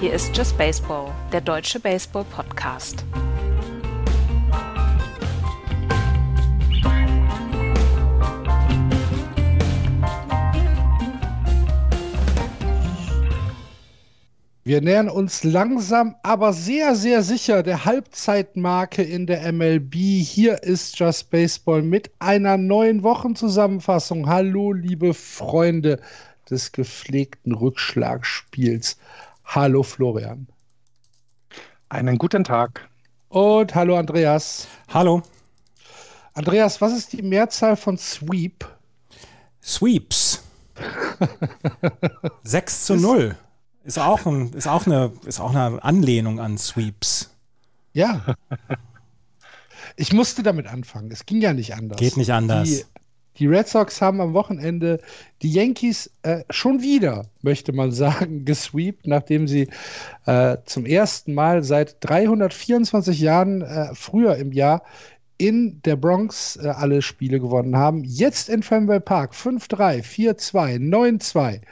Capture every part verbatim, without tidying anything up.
Hier ist Just Baseball, der deutsche Baseball-Podcast. Wir nähern uns langsam, aber sehr, sehr sicher der Halbzeitmarke in der M L B. Hier ist Just Baseball mit einer neuen Wochenzusammenfassung. Hallo, liebe Freunde des gepflegten Rückschlagspiels. Hallo, Florian. Einen guten Tag. Und hallo, Andreas. Hallo. Andreas, was ist die Mehrzahl von Sweep? Sweeps. sechs zu null. Ist auch, ein, ist, auch eine, ist auch eine Anlehnung an Sweeps. Ja. Ich musste damit anfangen. Es ging ja nicht anders. Geht nicht anders. Die, die Red Sox haben am Wochenende die Yankees äh, schon wieder, möchte man sagen, gesweept, nachdem sie äh, zum ersten Mal seit dreihundertvierundzwanzig Jahren äh, früher im Jahr in der Bronx äh, alle Spiele gewonnen haben. Jetzt in Fenway Park fünf drei, vier zwei, neun zwei.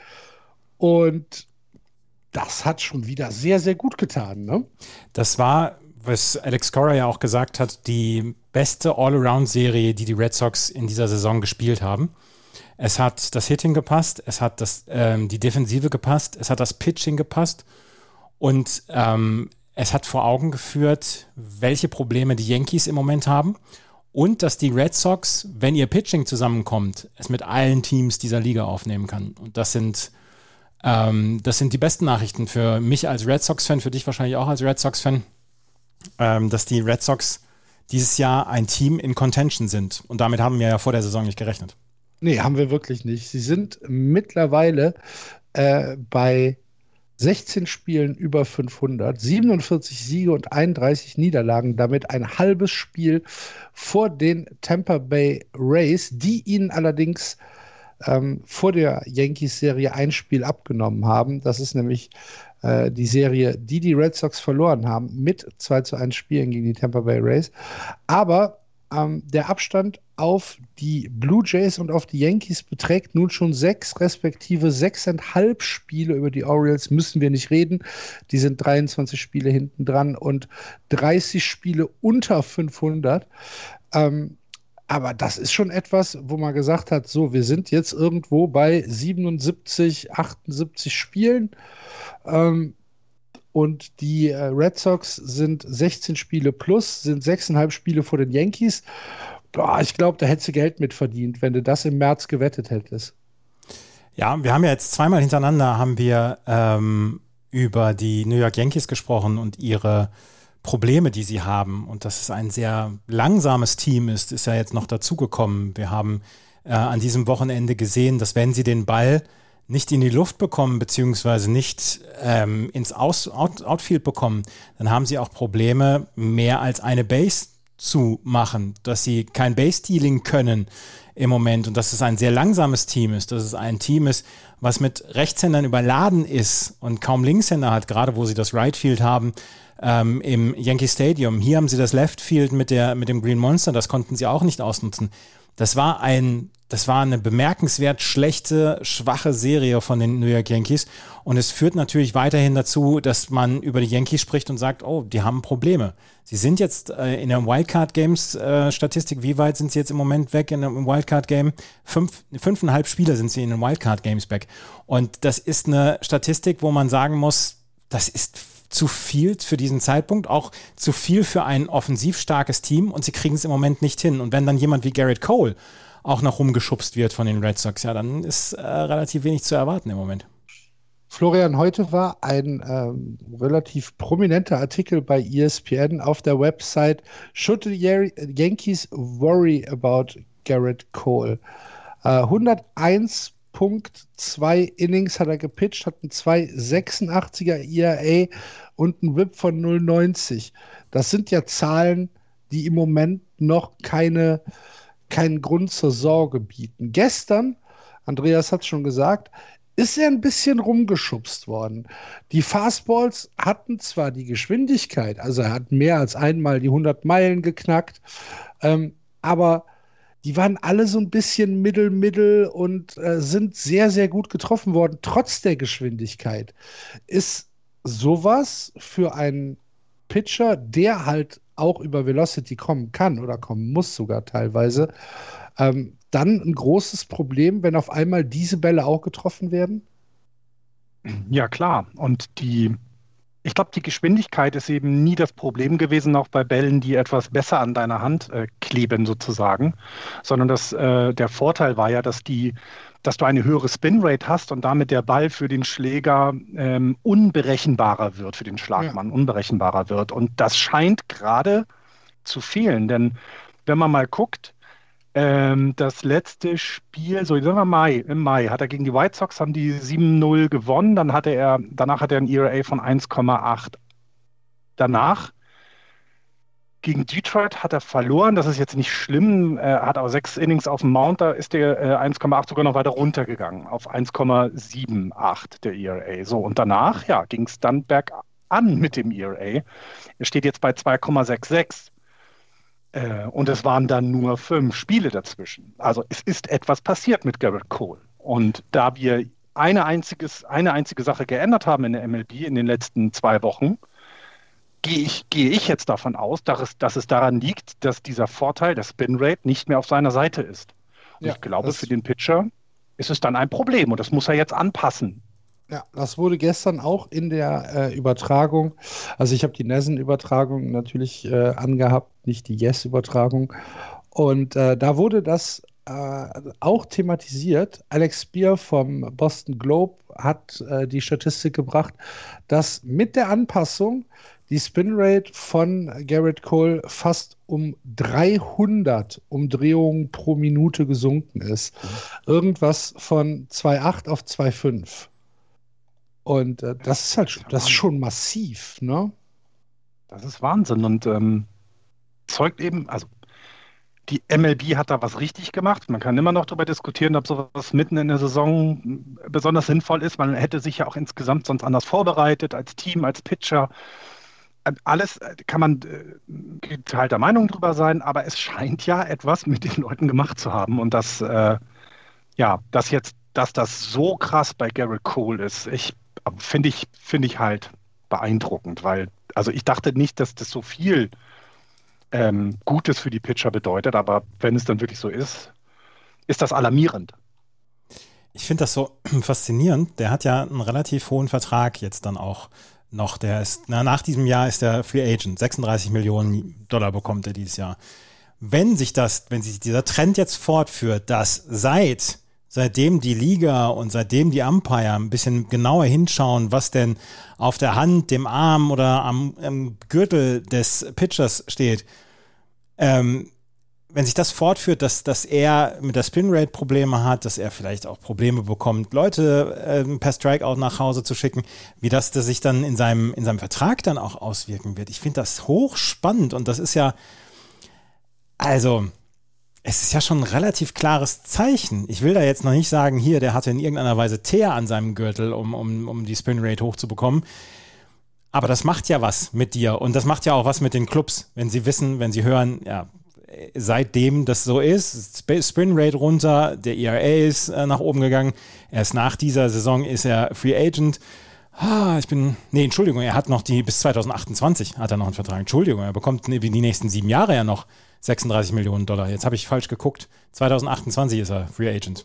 Und das hat schon wieder sehr, sehr gut getan, ne? Das war, was Alex Cora ja auch gesagt hat, die beste All-Around-Serie, die die Red Sox in dieser Saison gespielt haben. Es hat das Hitting gepasst, es hat das, ähm, die Defensive gepasst, es hat das Pitching gepasst und ähm, es hat vor Augen geführt, welche Probleme die Yankees im Moment haben und dass die Red Sox, wenn ihr Pitching zusammenkommt, es mit allen Teams dieser Liga aufnehmen kann. Und das sind Ähm, das sind die besten Nachrichten für mich als Red Sox-Fan, für dich wahrscheinlich auch als Red Sox-Fan, ähm, dass die Red Sox dieses Jahr ein Team in Contention sind. Und damit haben wir ja vor der Saison nicht gerechnet. Nee, haben wir wirklich nicht. Sie sind mittlerweile äh, bei sechzehn Spielen über fünfhundert, siebenundvierzig Siege und einunddreißig Niederlagen, damit ein halbes Spiel vor den Tampa Bay Rays, die ihnen allerdings Ähm, vor der Yankees-Serie ein Spiel abgenommen haben. Das ist nämlich äh, die Serie, die die Red Sox verloren haben, mit zwei zu eins Spielen gegen die Tampa Bay Rays. Aber ähm, der Abstand auf die Blue Jays und auf die Yankees beträgt nun schon sechs respektive sechseinhalb Spiele. Über die Orioles müssen wir nicht reden. Die sind dreiundzwanzig Spiele hinten dran und dreißig Spiele unter fünfhundert. Ähm, Aber das ist schon etwas, wo man gesagt hat, so, wir sind jetzt irgendwo bei siebenundsiebzig, achtundsiebzig Spielen ähm, und die äh, Red Sox sind sechzehn Spiele plus, sind sechseinhalb Spiele vor den Yankees. Boah, ich glaube, da hättest du Geld mit verdient, wenn du das im März gewettet hättest. Ja, wir haben ja jetzt zweimal hintereinander haben wir ähm, über die New York Yankees gesprochen und ihre Probleme, die sie haben, und dass es ein sehr langsames Team ist, ist ja jetzt noch dazugekommen. Wir haben äh, an diesem Wochenende gesehen, dass wenn sie den Ball nicht in die Luft bekommen, beziehungsweise nicht ähm, ins Aus- Out- Outfield bekommen, dann haben sie auch Probleme, mehr als eine Base zu machen, dass sie kein Base-Stealing können im Moment und dass es ein sehr langsames Team ist, dass es ein Team ist, was mit Rechtshändern überladen ist und kaum Linkshänder hat, gerade wo sie das Right Field haben, Ähm, im Yankee Stadium. Hier haben sie das Left Field mit der, mit dem Green Monster, das konnten sie auch nicht ausnutzen. Das war ein, das war eine bemerkenswert schlechte, schwache Serie von den New York Yankees und es führt natürlich weiterhin dazu, dass man über die Yankees spricht und sagt, oh, die haben Probleme. Sie sind jetzt äh, in der Wildcard-Games-Statistik, äh, wie weit sind sie jetzt im Moment weg in, im Wildcard-Game? Fünf, fünfeinhalb Spiele sind sie in den Wildcard-Games weg. Und das ist eine Statistik, wo man sagen muss, das ist zu viel für diesen Zeitpunkt, auch zu viel für ein offensiv starkes Team und sie kriegen es im Moment nicht hin. Und wenn dann jemand wie Garrett Cole auch noch rumgeschubst wird von den Red Sox, ja, dann ist äh, relativ wenig zu erwarten im Moment. Florian, heute war ein ähm, relativ prominenter Artikel bei E S P N auf der Website Should the Yankees worry about Garrett Cole? Äh, hunderteins Komma zwei Innings hat er gepitcht, hat einen zwei Komma sechsundachtziger E R A und einen Whip von null Komma neunzig. Das sind ja Zahlen, die im Moment noch keine, keinen Grund zur Sorge bieten. Gestern, Andreas hat es schon gesagt, ist er ein bisschen rumgeschubst worden. Die Fastballs hatten zwar die Geschwindigkeit, also er hat mehr als einmal die hundert Meilen geknackt, ähm, aber die waren alle so ein bisschen mittel-mittel und äh, sind sehr, sehr gut getroffen worden, trotz der Geschwindigkeit. Ist sowas für einen Pitcher, der halt auch über Velocity kommen kann oder kommen muss sogar teilweise, ähm, dann ein großes Problem, wenn auf einmal diese Bälle auch getroffen werden? Ja, klar. Und die, ich glaube, die Geschwindigkeit ist eben nie das Problem gewesen, auch bei Bällen, die etwas besser an deiner Hand äh, kleben sozusagen, sondern das, äh, der Vorteil war ja, dass die, dass du eine höhere Spinrate hast und damit der Ball für den Schläger ähm, unberechenbarer wird, für den Schlagmann unberechenbarer wird. Und das scheint gerade zu fehlen, denn wenn man mal guckt, ähm, das letzte Spiel, so sagen wir Mai, im Mai, hat er gegen die White Sox, haben die sieben null gewonnen, dann hatte er, danach hat er ein E R A von eins Komma acht. Danach gegen Detroit hat er verloren, das ist jetzt nicht schlimm, er hat auch sechs Innings auf dem Mount, da ist der äh, eins Komma acht sogar noch weiter runtergegangen, auf eins Komma sieben acht der E R A. So, und danach, ja, ging es dann bergan mit dem E R A. Er steht jetzt bei zwei Komma sechsundsechzig. Äh, und es waren dann nur fünf Spiele dazwischen. Also es ist etwas passiert mit Garrett Cole. Und da wir eine, einziges, eine einzige Sache geändert haben in der M L B in den letzten zwei Wochen, gehe ich, gehe ich jetzt davon aus, dass es, dass es daran liegt, dass dieser Vorteil, der Spin-Rate, nicht mehr auf seiner Seite ist. Und Ja, ich glaube, das- für den Pitcher ist es dann ein Problem und das muss er jetzt anpassen. Ja, das wurde gestern auch in der äh, Übertragung, also ich habe die Nessen-Übertragung natürlich äh, angehabt, nicht die Yes-Übertragung. Und äh, da wurde das äh, auch thematisiert. Alex Spear vom Boston Globe hat äh, die Statistik gebracht, dass mit der Anpassung die Spinrate von Garrett Cole fast um dreihundert Umdrehungen pro Minute gesunken ist. Irgendwas von zwei Komma acht auf zwei Komma fünf. Und äh, das ist halt schon, das ist schon massiv, ne? Das ist Wahnsinn und ähm, zeugt eben, also die M L B hat da was richtig gemacht. Man kann immer noch darüber diskutieren, ob sowas mitten in der Saison besonders sinnvoll ist. Man hätte sich ja auch insgesamt sonst anders vorbereitet, als Team, als Pitcher. Alles kann man äh, geteilter Meinung drüber sein, aber es scheint ja etwas mit den Leuten gemacht zu haben. Und das, äh, ja, das jetzt, dass das so krass bei Garrett Cole ist, ich finde ich, finde ich halt beeindruckend, weil, also ich dachte nicht, dass das so viel ähm, Gutes für die Pitcher bedeutet, aber wenn es dann wirklich so ist, ist das alarmierend. Ich finde das so faszinierend. Der hat ja einen relativ hohen Vertrag jetzt dann auch noch. Der ist, na, nach diesem Jahr ist der Free Agent. sechsunddreißig Millionen Dollar bekommt er dieses Jahr. Wenn sich das, wenn sich dieser Trend jetzt fortführt, dass seit seitdem die Liga und seitdem die Umpire ein bisschen genauer hinschauen, was denn auf der Hand, dem Arm oder am, am Gürtel des Pitchers steht, ähm, wenn sich das fortführt, dass, dass er mit der Spinrate Probleme hat, dass er vielleicht auch Probleme bekommt, Leute äh, per Strikeout nach Hause zu schicken, wie das, das sich dann in seinem, in seinem Vertrag dann auch auswirken wird. Ich finde das hochspannend und das ist ja, also, es ist ja schon ein relativ klares Zeichen. Ich will da jetzt noch nicht sagen, hier, der hatte in irgendeiner Weise Teer an seinem Gürtel, um, um, um die Spinrate hochzubekommen. Aber das macht ja was mit dir und das macht ja auch was mit den Clubs, wenn sie wissen, wenn sie hören, ja, seitdem das so ist, Spinrate runter, der E R A ist äh, nach oben gegangen, erst nach dieser Saison ist er Free Agent. Ah, ich bin, nee, Entschuldigung, er hat noch die, bis zwanzig achtundzwanzig hat er noch einen Vertrag. Entschuldigung, er bekommt die nächsten sieben Jahre ja noch sechsunddreißig Millionen Dollar. Jetzt habe ich falsch geguckt. zwanzig achtundzwanzig ist er Free Agent.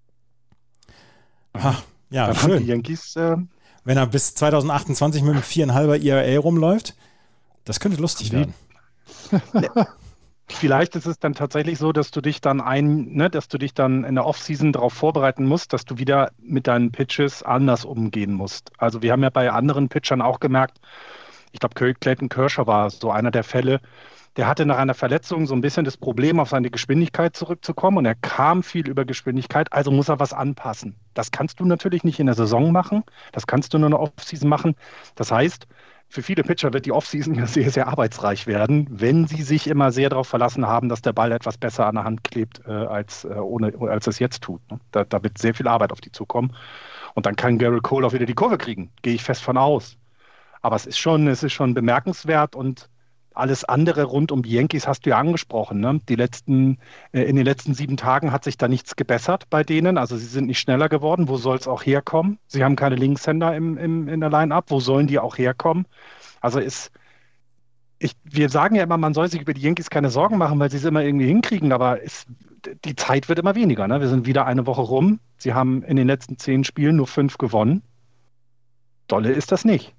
Ha, ja, Dann schön. haben die Yankees, äh, Wenn er bis zwanzig achtundzwanzig mit einem vier Komma fünfer E R A rumläuft, das könnte lustig werden. vielleicht ist es dann tatsächlich so, dass du dich dann ein, ne, dass du dich dann in der Offseason darauf vorbereiten musst, dass du wieder mit deinen Pitches anders umgehen musst. Also wir haben ja bei anderen Pitchern auch gemerkt, ich glaube, Clayton Kershaw war so einer der Fälle, der hatte nach einer Verletzung so ein bisschen das Problem, auf seine Geschwindigkeit zurückzukommen und er kam viel über Geschwindigkeit, also muss er was anpassen. Das kannst du natürlich nicht in der Saison machen, das kannst du nur in der Offseason machen. Das heißt, für viele Pitcher wird die Offseason ja sehr, sehr arbeitsreich werden, wenn sie sich immer sehr darauf verlassen haben, dass der Ball etwas besser an der Hand klebt, äh, als, äh, ohne, als es jetzt tut. Ne? Da, da wird sehr viel Arbeit auf die zukommen. Und dann kann Garrett Cole auch wieder die Kurve kriegen, gehe ich fest von aus. Aber es ist schon, es ist schon bemerkenswert und alles andere rund um die Yankees hast du ja angesprochen. Ne? Die letzten, äh, in den letzten sieben Tagen hat sich da nichts gebessert bei denen. Also sie sind nicht schneller geworden. Wo soll es auch herkommen? Sie haben keine Linkshänder im, im, in der Line-Up. Wo sollen die auch herkommen? Also ist, ich, wir sagen ja immer, man soll sich über die Yankees keine Sorgen machen, weil sie es immer irgendwie hinkriegen. Aber ist, die Zeit wird immer weniger. Ne? Wir sind wieder eine Woche rum. Sie haben in den letzten zehn Spielen nur fünf gewonnen. Dolle ist das nicht.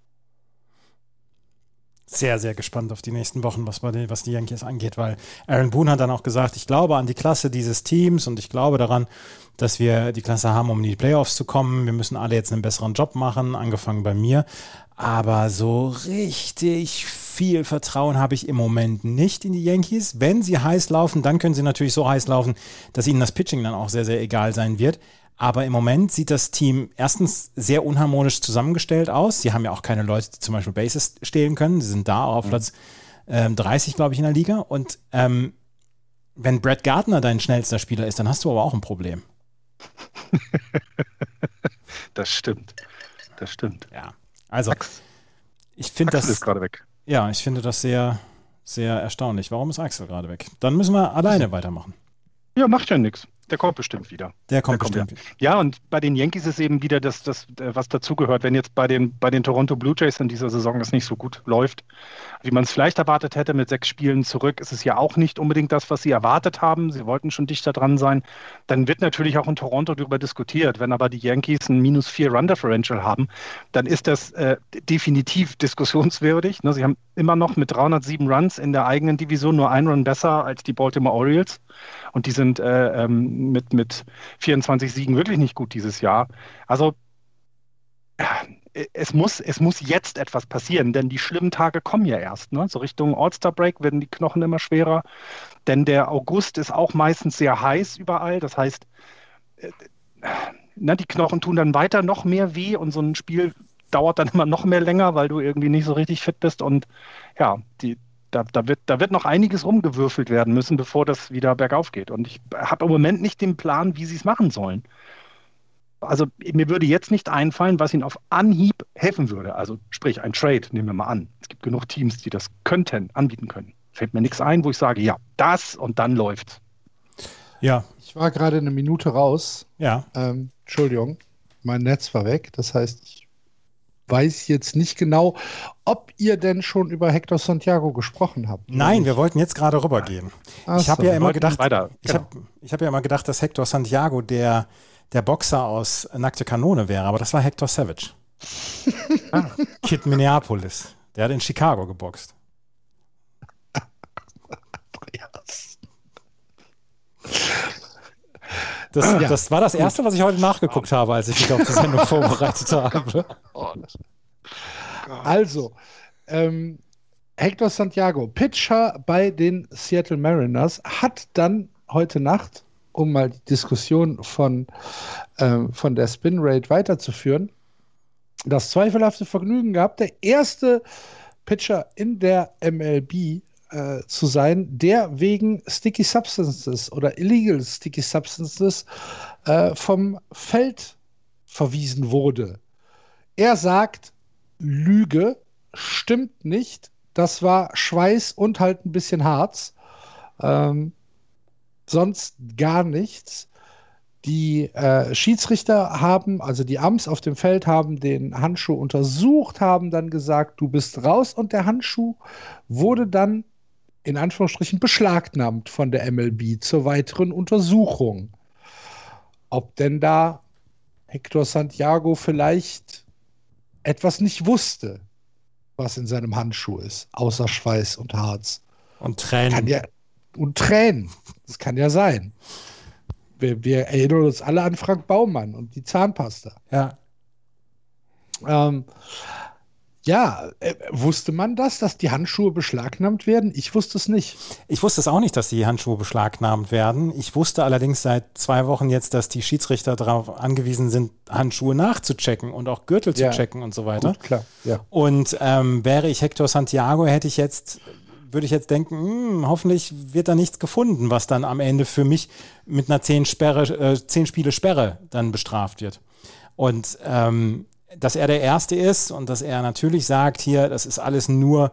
Sehr, sehr gespannt auf die nächsten Wochen, was, bei den, was die Yankees angeht, weil Aaron Boone hat dann auch gesagt, ich glaube an die Klasse dieses Teams und ich glaube daran, dass wir die Klasse haben, um in die Playoffs zu kommen. Wir müssen alle jetzt einen besseren Job machen, angefangen bei mir. Aber so richtig viel Vertrauen habe ich im Moment nicht in die Yankees. Wenn sie heiß laufen, dann können sie natürlich so heiß laufen, dass ihnen das Pitching dann auch sehr, sehr egal sein wird. Aber im Moment sieht das Team erstens sehr unharmonisch zusammengestellt aus. Sie haben ja auch keine Leute, die zum Beispiel Bases stehlen können. Sie sind da auf Platz ähm, dreißig, glaube ich, in der Liga. Und ähm, wenn Brett Gardner dein schnellster Spieler ist, dann hast du aber auch ein Problem. Das stimmt. Das stimmt. Ja, also Ax. ich finde das... ist gerade weg. Ja, ich finde das sehr, sehr erstaunlich. Warum ist Axel gerade weg? Dann müssen wir alleine weitermachen. Ja, macht ja nichts. Der kommt bestimmt wieder. Der kommt Der bestimmt kommt, wieder. Ja, und bei den Yankees ist eben wieder das, das was dazugehört. Wenn jetzt bei den, bei den Toronto Blue Jays in dieser Saison das nicht so gut läuft, wie man es vielleicht erwartet hätte mit sechs Spielen zurück, ist es ja auch nicht unbedingt das, was sie erwartet haben. Sie wollten schon dichter dran sein. Dann wird natürlich auch in Toronto darüber diskutiert. Wenn aber die Yankees ein minus vier Run-Differential haben, dann ist das äh, definitiv diskussionswürdig. Ne, sie haben immer noch mit dreihundertsieben Runs in der eigenen Division nur ein Run besser als die Baltimore Orioles. Und die sind äh, ähm, mit, mit vierundzwanzig Siegen wirklich nicht gut dieses Jahr. Also äh, es muss, es muss jetzt etwas passieren, denn die schlimmen Tage kommen ja erst. Ne? So Richtung All-Star-Break werden die Knochen immer schwerer, denn der August ist auch meistens sehr heiß überall. Das heißt, äh, na, die Knochen tun dann weiter noch mehr weh und so ein Spiel dauert dann immer noch mehr länger, weil du irgendwie nicht so richtig fit bist. Und ja, die Da, da, wird, da wird noch einiges rumgewürfelt werden müssen, bevor das wieder bergauf geht. Und ich habe im Moment nicht den Plan, wie sie es machen sollen. Also mir würde jetzt nicht einfallen, was ihnen auf Anhieb helfen würde. Also sprich, ein Trade, nehmen wir mal an. Es gibt genug Teams, die das könnten, anbieten können. Fällt mir nichts ein, wo ich sage, ja, das und dann läuft's. Ja. Ich war gerade eine Minute raus. Ja. Ähm, Entschuldigung, mein Netz war weg. Das heißt, ich weiß jetzt nicht genau, ob ihr denn schon über Hector Santiago gesprochen habt. Nein, wir wollten jetzt gerade rübergehen. Ach ich habe so. ja immer gedacht, weiter. ich Genau. habe ich hab ja immer gedacht, dass Hector Santiago der, der Boxer aus Nackte Kanone wäre, aber das war Hector Savage. ah. Kid Minneapolis. Der hat in Chicago geboxt. Das, Ja. das war das Erste, was ich heute nachgeguckt habe, als ich mich auf die Sendung vorbereitet habe. Also, ähm, Hector Santiago, Pitcher bei den Seattle Mariners, hat dann heute Nacht, um mal die Diskussion von, ähm, von der Spin Rate weiterzuführen, das zweifelhafte Vergnügen gehabt, der erste Pitcher in der M L B äh, zu sein, der wegen Sticky Substances oder Illegal Sticky Substances äh, vom Feld verwiesen wurde. Er sagt, Lüge, stimmt nicht, das war Schweiß und halt ein bisschen Harz. Ähm, sonst gar nichts. Die äh, Schiedsrichter haben, also die Amts auf dem Feld haben den Handschuh untersucht, haben dann gesagt, du bist raus, und der Handschuh wurde dann in Anführungsstrichen beschlagnahmt von der M L B zur weiteren Untersuchung. Ob denn da Hector Santiago vielleicht etwas nicht wusste, was in seinem Handschuh ist, außer Schweiß und Harz. Und Tränen. Kann ja, und Tränen. Das kann ja sein. Wir, wir erinnern uns alle an Frank Baumann und die Zahnpasta. Ja. Ähm, ja, äh, wusste man das, dass die Handschuhe beschlagnahmt werden? Ich wusste es nicht. Ich wusste es auch nicht, dass die Handschuhe beschlagnahmt werden. Ich wusste allerdings seit zwei Wochen jetzt, dass die Schiedsrichter darauf angewiesen sind, Handschuhe nachzuchecken und auch Gürtel zu Ja. checken und so weiter. Gut, klar, ja. Und ähm, wäre ich Hector Santiago, hätte ich jetzt, würde ich jetzt denken, hm, hoffentlich wird da nichts gefunden, was dann am Ende für mich mit einer zehn Sperre, äh, zehn Spiele Sperre dann bestraft wird. Und ähm, dass er der Erste ist und dass er natürlich sagt, hier, das ist alles nur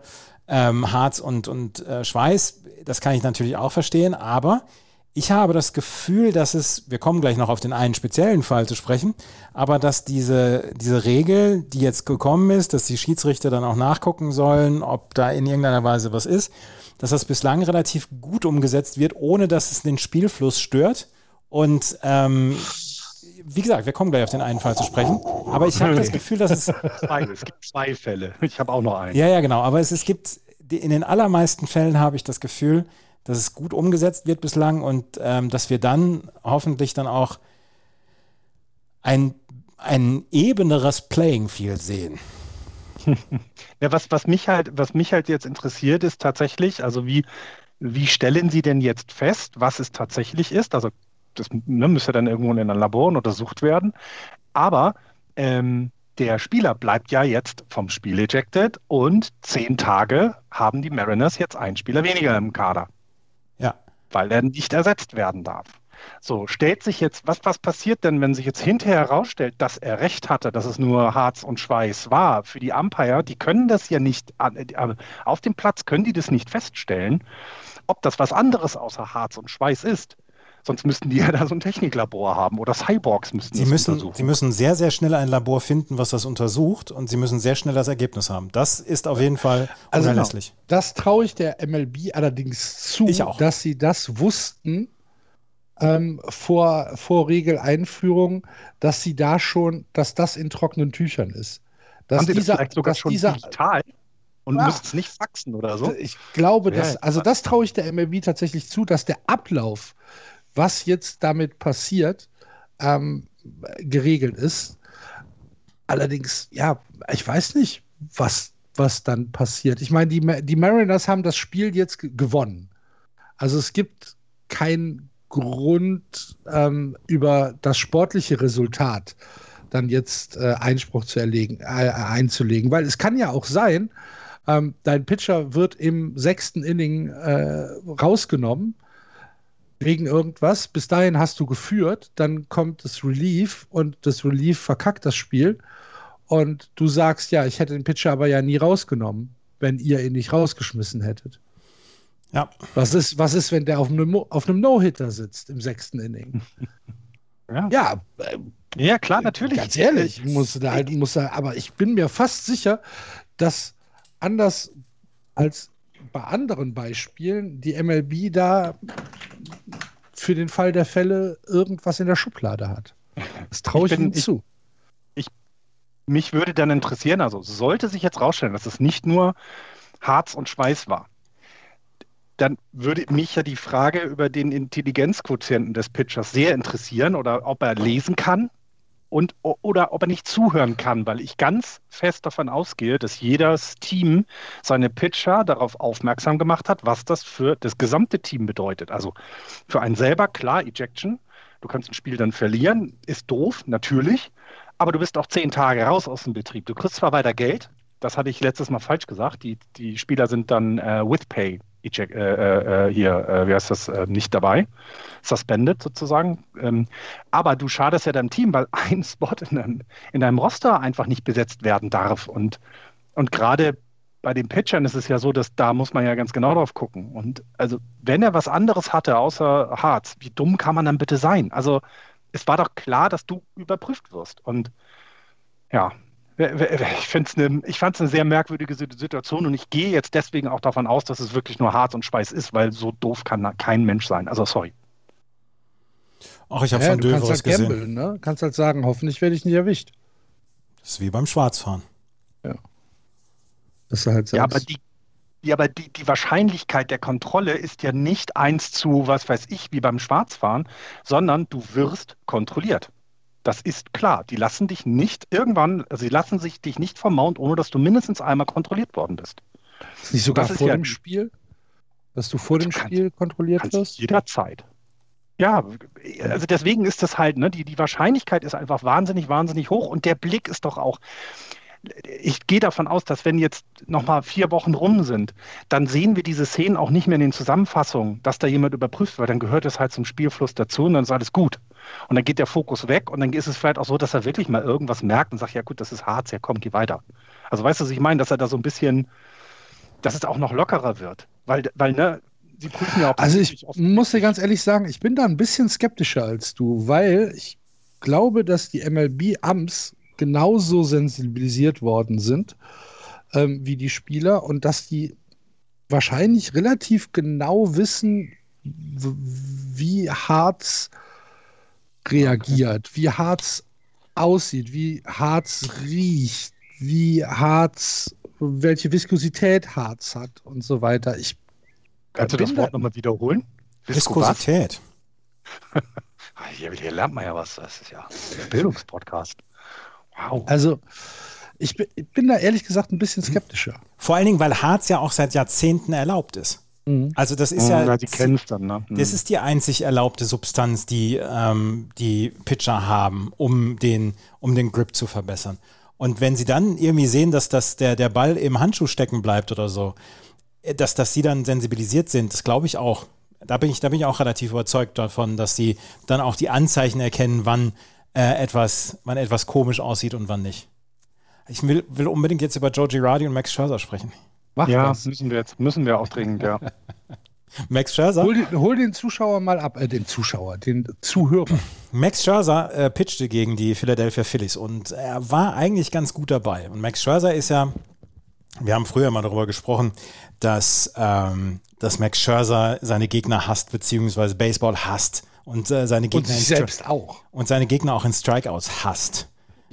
ähm, Harz und, und äh, Schweiß. Das kann ich natürlich auch verstehen, aber ich habe das Gefühl, dass es, wir kommen gleich noch auf den einen speziellen Fall zu sprechen, aber dass diese, diese Regel, die jetzt gekommen ist, dass die Schiedsrichter dann auch nachgucken sollen, ob da in irgendeiner Weise was ist, dass das bislang relativ gut umgesetzt wird, ohne dass es den Spielfluss stört. Und ähm, wie gesagt, wir kommen gleich auf den einen Fall zu sprechen, aber ich habe das Gefühl, dass es... Es gibt zwei Fälle, ich habe auch noch einen. Ja, ja, genau, aber es, es gibt, in den allermeisten Fällen habe ich das Gefühl, dass es gut umgesetzt wird bislang und ähm, dass wir dann hoffentlich dann auch ein, ein ebeneres Playing Field sehen. Ja, was, was mich halt, was mich halt jetzt interessiert, ist tatsächlich, also wie, wie stellen Sie denn jetzt fest, was es tatsächlich ist? Also das ne, müsste dann irgendwo in einem Labor untersucht werden. Aber ähm, der Spieler bleibt ja jetzt vom Spiel ejected und zehn Tage haben die Mariners jetzt einen Spieler weniger im Kader. Ja. Weil er nicht ersetzt werden darf. So, stellt sich jetzt, was, was passiert denn, wenn sich jetzt hinterher herausstellt, dass er recht hatte, dass es nur Harz und Schweiß war? Für die Umpire, die können das ja nicht, auf dem Platz können die das nicht feststellen, ob das was anderes außer Harz und Schweiß ist. Sonst müssten die ja da so ein Techniklabor haben oder Cyborgs müssten sie das müssen, untersuchen. Sie müssen sehr, sehr schnell ein Labor finden, was das untersucht und sie müssen sehr schnell das Ergebnis haben. Das ist auf jeden Fall also unerlässlich. Genau. Das traue ich der M L B allerdings zu, dass sie das wussten ähm, vor, vor Regeleinführung, dass sie da schon, dass das in trockenen Tüchern ist. Dass Haben sie dieser, das vielleicht sogar dass schon dieser, digital und ja, müssen es nicht faxen oder so? Ich glaube, Ja, dass, also das traue ich der M L B tatsächlich zu, dass der Ablauf, was jetzt damit passiert, ähm, geregelt ist. Allerdings, ja, ich weiß nicht, was, was dann passiert. Ich meine, die, die Mariners haben das Spiel jetzt g- gewonnen. Also es gibt keinen Grund, ähm, über das sportliche Resultat dann jetzt äh, Einspruch zu erlegen, äh, einzulegen. Weil es kann ja auch sein, ähm, dein Pitcher wird im sechsten Inning äh, rausgenommen, wegen irgendwas. Bis dahin hast du geführt, dann kommt das Relief und das Relief verkackt das Spiel und du sagst, ja, ich hätte den Pitcher aber ja nie rausgenommen, wenn ihr ihn nicht rausgeschmissen hättet. Ja. Was ist, was ist, wenn der auf einem, auf einem No-Hitter sitzt im sechsten Inning? Ja, ja, äh, ja klar, natürlich. Ganz ehrlich, muss da halt, muss da, aber ich bin mir fast sicher, dass anders als bei anderen Beispielen die M L B da für den Fall der Fälle irgendwas in der Schublade hat. Das traue ich, ich ihnen zu. Ich, mich würde dann interessieren, also sollte sich jetzt rausstellen, dass es nicht nur Harz und Schweiß war, dann würde mich ja die Frage über den Intelligenzquotienten des Pitchers sehr interessieren oder ob er lesen kann und oder ob er nicht zuhören kann, weil ich ganz fest davon ausgehe, dass jedes Team seine Pitcher darauf aufmerksam gemacht hat, was das für das gesamte Team bedeutet. Also für einen selber, klar, Ejection, du kannst ein Spiel dann verlieren, ist doof, natürlich, aber du bist auch zehn Tage raus aus dem Betrieb. Du kriegst zwar weiter Geld, das hatte ich letztes Mal falsch gesagt, die, die Spieler sind dann äh, with pay eject, äh, äh, hier, äh, wie heißt das, äh, nicht dabei, suspended sozusagen. Ähm, aber du schadest ja deinem Team, weil ein Spot in deinem, in deinem Roster einfach nicht besetzt werden darf. Und, und gerade bei den Pitchern ist es ja so, dass da muss man ja ganz genau drauf gucken. Und also, wenn er was anderes hatte außer Harz, wie dumm kann man dann bitte sein? Also, es war doch klar, dass du überprüft wirst. Und ja, ich finde es eine, ich fand es eine sehr merkwürdige Situation und ich gehe jetzt deswegen auch davon aus, dass es wirklich nur Harz und Schweiß ist, weil so doof kann kein Mensch sein. Also sorry. Ach, ich habe ja, schon Döveres halt gesehen. Gamblen, ne? Kannst halt sagen, hoffentlich werde ich nicht erwischt. Das ist wie beim Schwarzfahren. Ja. Das ist halt ja, aber die, ja, aber die, die Wahrscheinlichkeit der Kontrolle ist ja nicht eins zu, was weiß ich, wie beim Schwarzfahren, sondern du wirst kontrolliert. Das ist klar. Die lassen dich nicht irgendwann, also sie lassen sich dich nicht vom Mount, ohne dass du mindestens einmal kontrolliert worden bist. Ist nicht sogar das vor ja, dem Spiel? Dass du vor dem kannst, Spiel kontrolliert kannst wirst? Jederzeit. Ja, also deswegen ist das halt, ne, die, die Wahrscheinlichkeit ist einfach wahnsinnig, wahnsinnig hoch und der Blick ist doch auch, ich gehe davon aus, dass wenn jetzt nochmal vier Wochen rum sind, dann sehen wir diese Szenen auch nicht mehr in den Zusammenfassungen, dass da jemand überprüft wird, dann gehört es halt zum Spielfluss dazu und dann ist alles gut. Und dann geht der Fokus weg und dann ist es vielleicht auch so, dass er wirklich mal irgendwas merkt und sagt, ja gut, das ist Harz, ja komm, geh weiter. Also weißt du, was ich meine, dass er da so ein bisschen, dass es auch noch lockerer wird. Weil, weil ne, sie prüfen ja auch... Also ich muss dir ganz ehrlich sagen, ich bin da ein bisschen skeptischer als du, weil ich glaube, dass die M L B-Amts genauso sensibilisiert worden sind ähm, wie die Spieler und dass die wahrscheinlich relativ genau wissen, w- wie Harz reagiert, wie Harz aussieht, wie Harz riecht, wie Harz, welche Viskosität Harz hat und so weiter. Ich Kannst du das bin Wort da- nochmal wiederholen? Visko was? Viskosität. Hier, hier lernt man ja was. Das ist ja ein Bildungspodcast. Wow. Also, ich bin, ich bin da ehrlich gesagt ein bisschen skeptischer. Vor allen Dingen, weil Harz ja auch seit Jahrzehnten erlaubt ist. Mhm. Also das ist ja, ja, die kennen es dann, ne? das ist die einzig erlaubte Substanz, die ähm, die Pitcher haben, um den, um den Grip zu verbessern. Und wenn sie dann irgendwie sehen, dass das der, der Ball im Handschuh stecken bleibt oder so, dass, dass sie dann sensibilisiert sind, das glaube ich auch. Da bin ich, da bin ich auch relativ überzeugt davon, dass sie dann auch die Anzeichen erkennen, wann äh, etwas, wann etwas komisch aussieht und wann nicht. Ich will, will unbedingt jetzt über Joe Girardi und Max Scherzer sprechen. Mach Ja, das. müssen wir jetzt, müssen wir auch dringend, ja. Max Scherzer? Hol, den- hol den Zuschauer mal ab, äh, den Zuschauer, den Zuhörer. Max Scherzer äh, pitchte gegen die Philadelphia Phillies und er war eigentlich ganz gut dabei. Und Max Scherzer ist ja, wir haben früher mal darüber gesprochen, dass, ähm, dass Max Scherzer seine Gegner hasst, beziehungsweise Baseball hasst und äh, seine Und Gegner sich in Stri- selbst auch. und seine Gegner auch in Strikeouts hasst.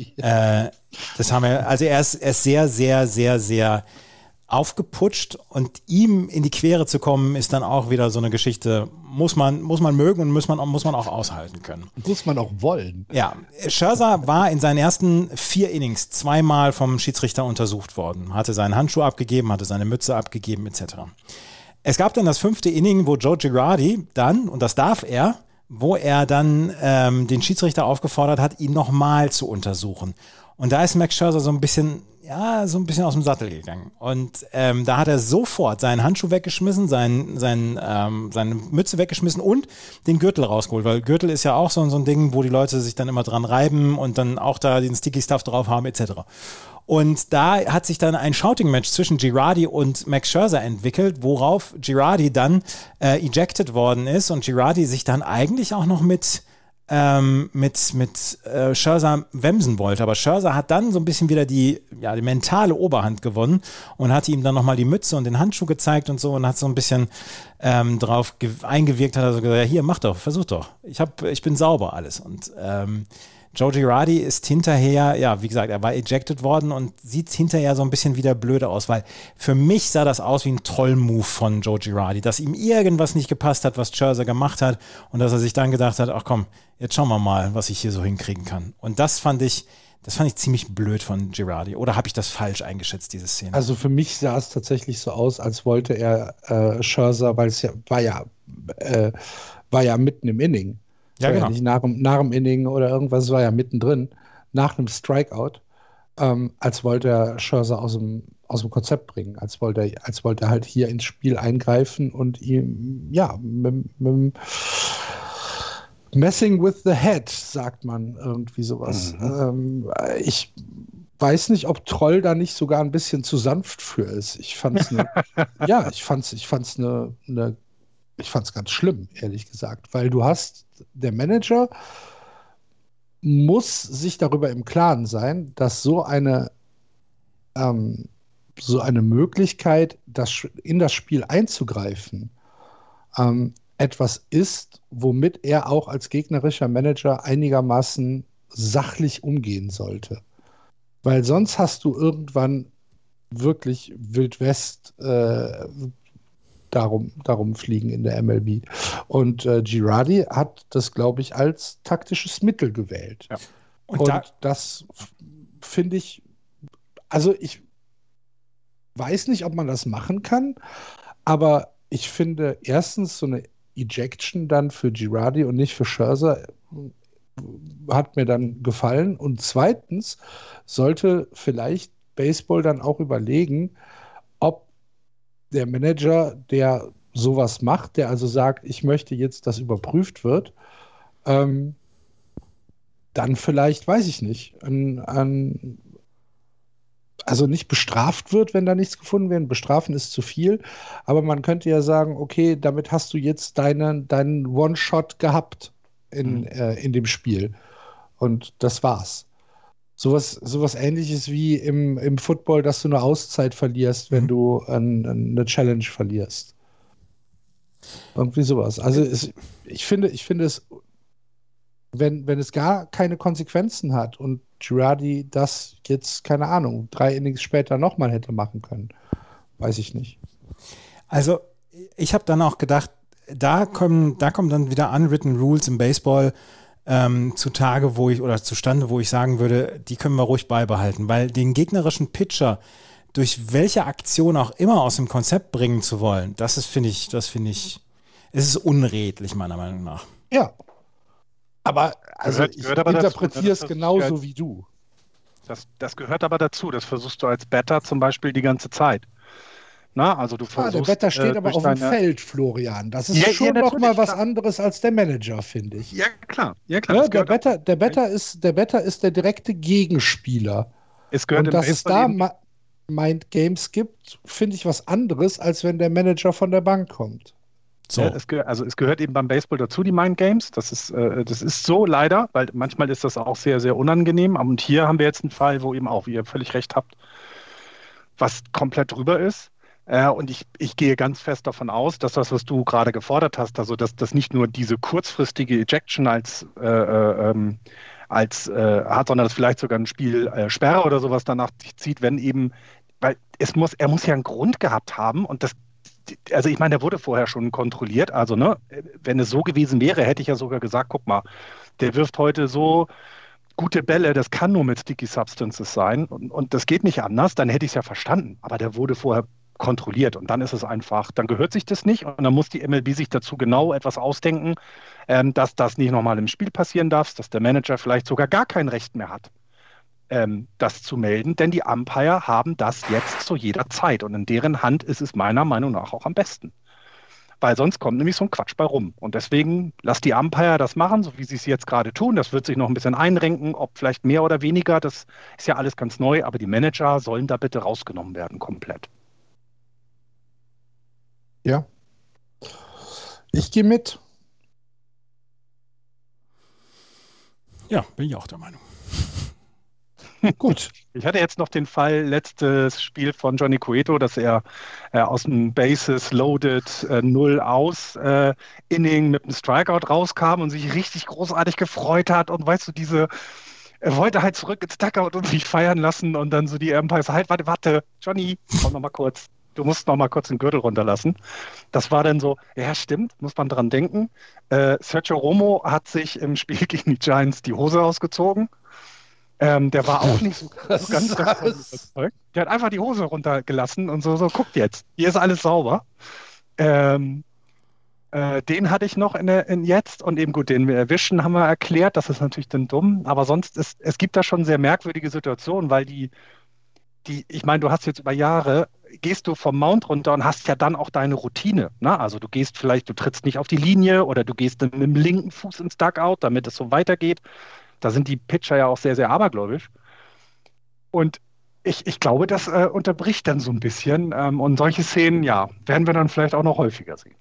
Äh, das haben wir, also er ist, er ist sehr, sehr, sehr, sehr aufgeputscht und ihm in die Quere zu kommen, ist dann auch wieder so eine Geschichte, muss man, muss man mögen und muss man, muss man auch aushalten können. Muss man auch wollen. Ja, Scherzer war in seinen ersten vier Innings zweimal vom Schiedsrichter untersucht worden, hatte seinen Handschuh abgegeben, hatte seine Mütze abgegeben et cetera. Es gab dann das fünfte Inning, wo Joe Girardi dann, und das darf er, wo er dann ähm, den Schiedsrichter aufgefordert hat, ihn nochmal zu untersuchen. Und da ist Max Scherzer so ein bisschen, ja, so ein bisschen aus dem Sattel gegangen. Und ähm, da hat er sofort seinen Handschuh weggeschmissen, sein, sein, ähm, seine Mütze weggeschmissen und den Gürtel rausgeholt. Weil Gürtel ist ja auch so, so ein Ding, wo die Leute sich dann immer dran reiben und dann auch da den Sticky Stuff drauf haben et cetera. Und da hat sich dann ein Shouting-Match zwischen Girardi und Max Scherzer entwickelt, worauf Girardi dann äh, ejected worden ist und Girardi sich dann eigentlich auch noch mit ähm, mit, mit äh, Scherzer wemsen wollte. Aber Scherzer hat dann so ein bisschen wieder die, ja, die mentale Oberhand gewonnen und hat ihm dann nochmal die Mütze und den Handschuh gezeigt und so und hat so ein bisschen ähm, drauf ge- eingewirkt, hat also gesagt, ja, hier, mach doch, versuch doch. Ich, hab, ich bin sauber alles. Und ähm, Joe Girardi ist hinterher, ja, wie gesagt, er war ejected worden und sieht hinterher so ein bisschen wieder blöde aus, weil für mich sah das aus wie ein Troll-Move von Joe Girardi, dass ihm irgendwas nicht gepasst hat, was Scherzer gemacht hat und dass er sich dann gedacht hat, ach komm, jetzt schauen wir mal, was ich hier so hinkriegen kann. Und das fand ich, das fand ich ziemlich blöd von Girardi. Oder habe ich das falsch eingeschätzt, diese Szene? Also für mich sah es tatsächlich so aus, als wollte er äh, Scherzer, weil es ja war ja äh, war ja mitten im Inning. Ja, war genau. Ja nicht nach, dem- nach dem Inning oder irgendwas, es war ja mittendrin, nach einem Strikeout, ähm, als wollte er Scherzer aus dem, aus dem Konzept bringen, als wollte er, als wollte er halt hier ins Spiel eingreifen und ihm, ja, mit, mit Messing with the head, sagt man irgendwie sowas. Ähm, ich weiß nicht, ob Troll da nicht sogar ein bisschen zu sanft für ist. Ich fand's ne, ja, ich fand's, ich fand's eine, eine ich fand's ganz schlimm, ehrlich gesagt, weil du hast, der Manager muss sich darüber im Klaren sein, dass so eine, ähm, so eine Möglichkeit, das, in das Spiel einzugreifen, ähm, etwas ist, womit er auch als gegnerischer Manager einigermaßen sachlich umgehen sollte. Weil sonst hast du irgendwann wirklich Wild West äh, darum, darum fliegen in der M L B. Und äh, Girardi hat das, glaube ich, als taktisches Mittel gewählt. Ja. Und, Und da, das f- finde ich, also ich weiß nicht, ob man das machen kann, aber ich finde erstens so eine Ejection dann für Girardi und nicht für Scherzer äh, hat mir dann gefallen. Und zweitens sollte vielleicht Baseball dann auch überlegen, ob der Manager, der sowas macht, der also sagt, ich möchte jetzt, dass überprüft wird, ähm, dann vielleicht, weiß ich nicht, an, an, also nicht bestraft wird, wenn da nichts gefunden wird. Bestrafen ist zu viel. Aber man könnte ja sagen, okay, damit hast du jetzt deinen, deinen One-Shot gehabt in, mhm. äh, in dem Spiel. Und das war's. Sowas, sowas Ähnliches wie im, im Football, dass du eine Auszeit verlierst, wenn mhm. du ein, eine Challenge verlierst. Irgendwie sowas. Also es, ich finde, ich finde es, wenn, wenn es gar keine Konsequenzen hat und Girardi das jetzt, keine Ahnung, drei Innings später nochmal hätte machen können, weiß ich nicht. Also ich habe dann auch gedacht, da kommen, da kommen dann wieder unwritten Rules im Baseball ähm, zutage, wo ich, oder zustande, wo ich sagen würde, die können wir ruhig beibehalten, weil den gegnerischen Pitcher durch welche Aktion auch immer aus dem Konzept bringen zu wollen, das ist, finde ich, das finde ich, es ist unredlich, meiner Meinung nach. Ja. Aber also gehört, ich gehört aber interpretiere es genauso gehört, wie du. Das, das gehört aber dazu. Das versuchst du als Batter zum Beispiel die ganze Zeit. Na, also du versuchst, ja, der Batter steht äh, aber auf deine... dem Feld, Florian. Das ist ja, schon ja, noch mal was klar. anderes als der Manager, finde ich. Ja, klar. Ja, klar. Ja, der, Batter, der, Batter ist, der Batter ist der direkte Gegenspieler. Es gehört Und dass es da ma- Mind Games gibt, finde ich was anderes, als wenn der Manager von der Bank kommt. So. Ja, es ge- also es gehört eben beim Baseball dazu, die Mind Games. Das ist, äh, das ist so leider, weil manchmal ist das auch sehr, sehr unangenehm. Und hier haben wir jetzt einen Fall, wo eben auch, wie ihr völlig recht habt, was komplett drüber ist. Äh, und ich, ich gehe ganz fest davon aus, dass das, was du gerade gefordert hast, also dass das nicht nur diese kurzfristige Ejection als, äh, äh, ähm, als äh, hat, sondern dass vielleicht sogar ein Spiel äh, Sperre oder sowas danach sich zieht, wenn eben, weil es muss, er muss ja einen Grund gehabt haben und das also ich meine, der wurde vorher schon kontrolliert. Also, ne, wenn es so gewesen wäre, hätte ich ja sogar gesagt, guck mal, der wirft heute so gute Bälle, das kann nur mit Sticky Substances sein und, und das geht nicht anders, dann hätte ich es ja verstanden. Aber der wurde vorher kontrolliert und dann ist es einfach, dann gehört sich das nicht und dann muss die M L B sich dazu genau etwas ausdenken, ähm, dass das nicht nochmal im Spiel passieren darf, dass der Manager vielleicht sogar gar kein Recht mehr hat, Ähm, das zu melden, denn die Umpire haben das jetzt zu jeder Zeit und in deren Hand ist es meiner Meinung nach auch am besten. Weil sonst kommt nämlich so ein Quatsch bei rum. Und deswegen lasst die Umpire das machen, so wie sie es jetzt gerade tun. Das wird sich noch ein bisschen einrenken, ob vielleicht mehr oder weniger. Das ist ja alles ganz neu, aber die Manager sollen da bitte rausgenommen werden, komplett. Ja. Ich gehe mit. Ja, bin ich auch der Meinung. Gut. Ich hatte jetzt noch den Fall, letztes Spiel von Johnny Cueto, dass er äh, aus dem Bases loaded äh, null aus äh, Inning mit einem Strikeout rauskam und sich richtig großartig gefreut hat und weißt du, diese, er wollte halt zurück ins Dugout und sich feiern lassen und dann so die Umpires, halt, warte, warte, Johnny, komm noch mal kurz, du musst noch mal kurz den Gürtel runterlassen. Das war dann so, ja stimmt, muss man dran denken. Äh, Sergio Romo hat sich im Spiel gegen die Giants die Hose ausgezogen. Ähm, der war auch nicht so, so ganz davon überzeugt. Der hat einfach die Hose runtergelassen und so, so guckt jetzt, hier ist alles sauber. Ähm, äh, den hatte ich noch in, der, in jetzt und eben gut, den wir erwischen, haben wir erklärt, das ist natürlich dann dumm, aber sonst ist, es gibt da schon sehr merkwürdige Situationen, weil die, die, ich meine, du hast jetzt über Jahre, gehst du vom Mount runter und hast ja dann auch deine Routine, ne? Also du gehst vielleicht, du trittst nicht auf die Linie oder du gehst mit dem linken Fuß ins Dugout, damit es so weitergeht. Da sind die Pitcher ja auch sehr, sehr abergläubisch. Und ich, ich glaube, das äh, unterbricht dann so ein bisschen. Ähm, und solche Szenen, ja, werden wir dann vielleicht auch noch häufiger sehen.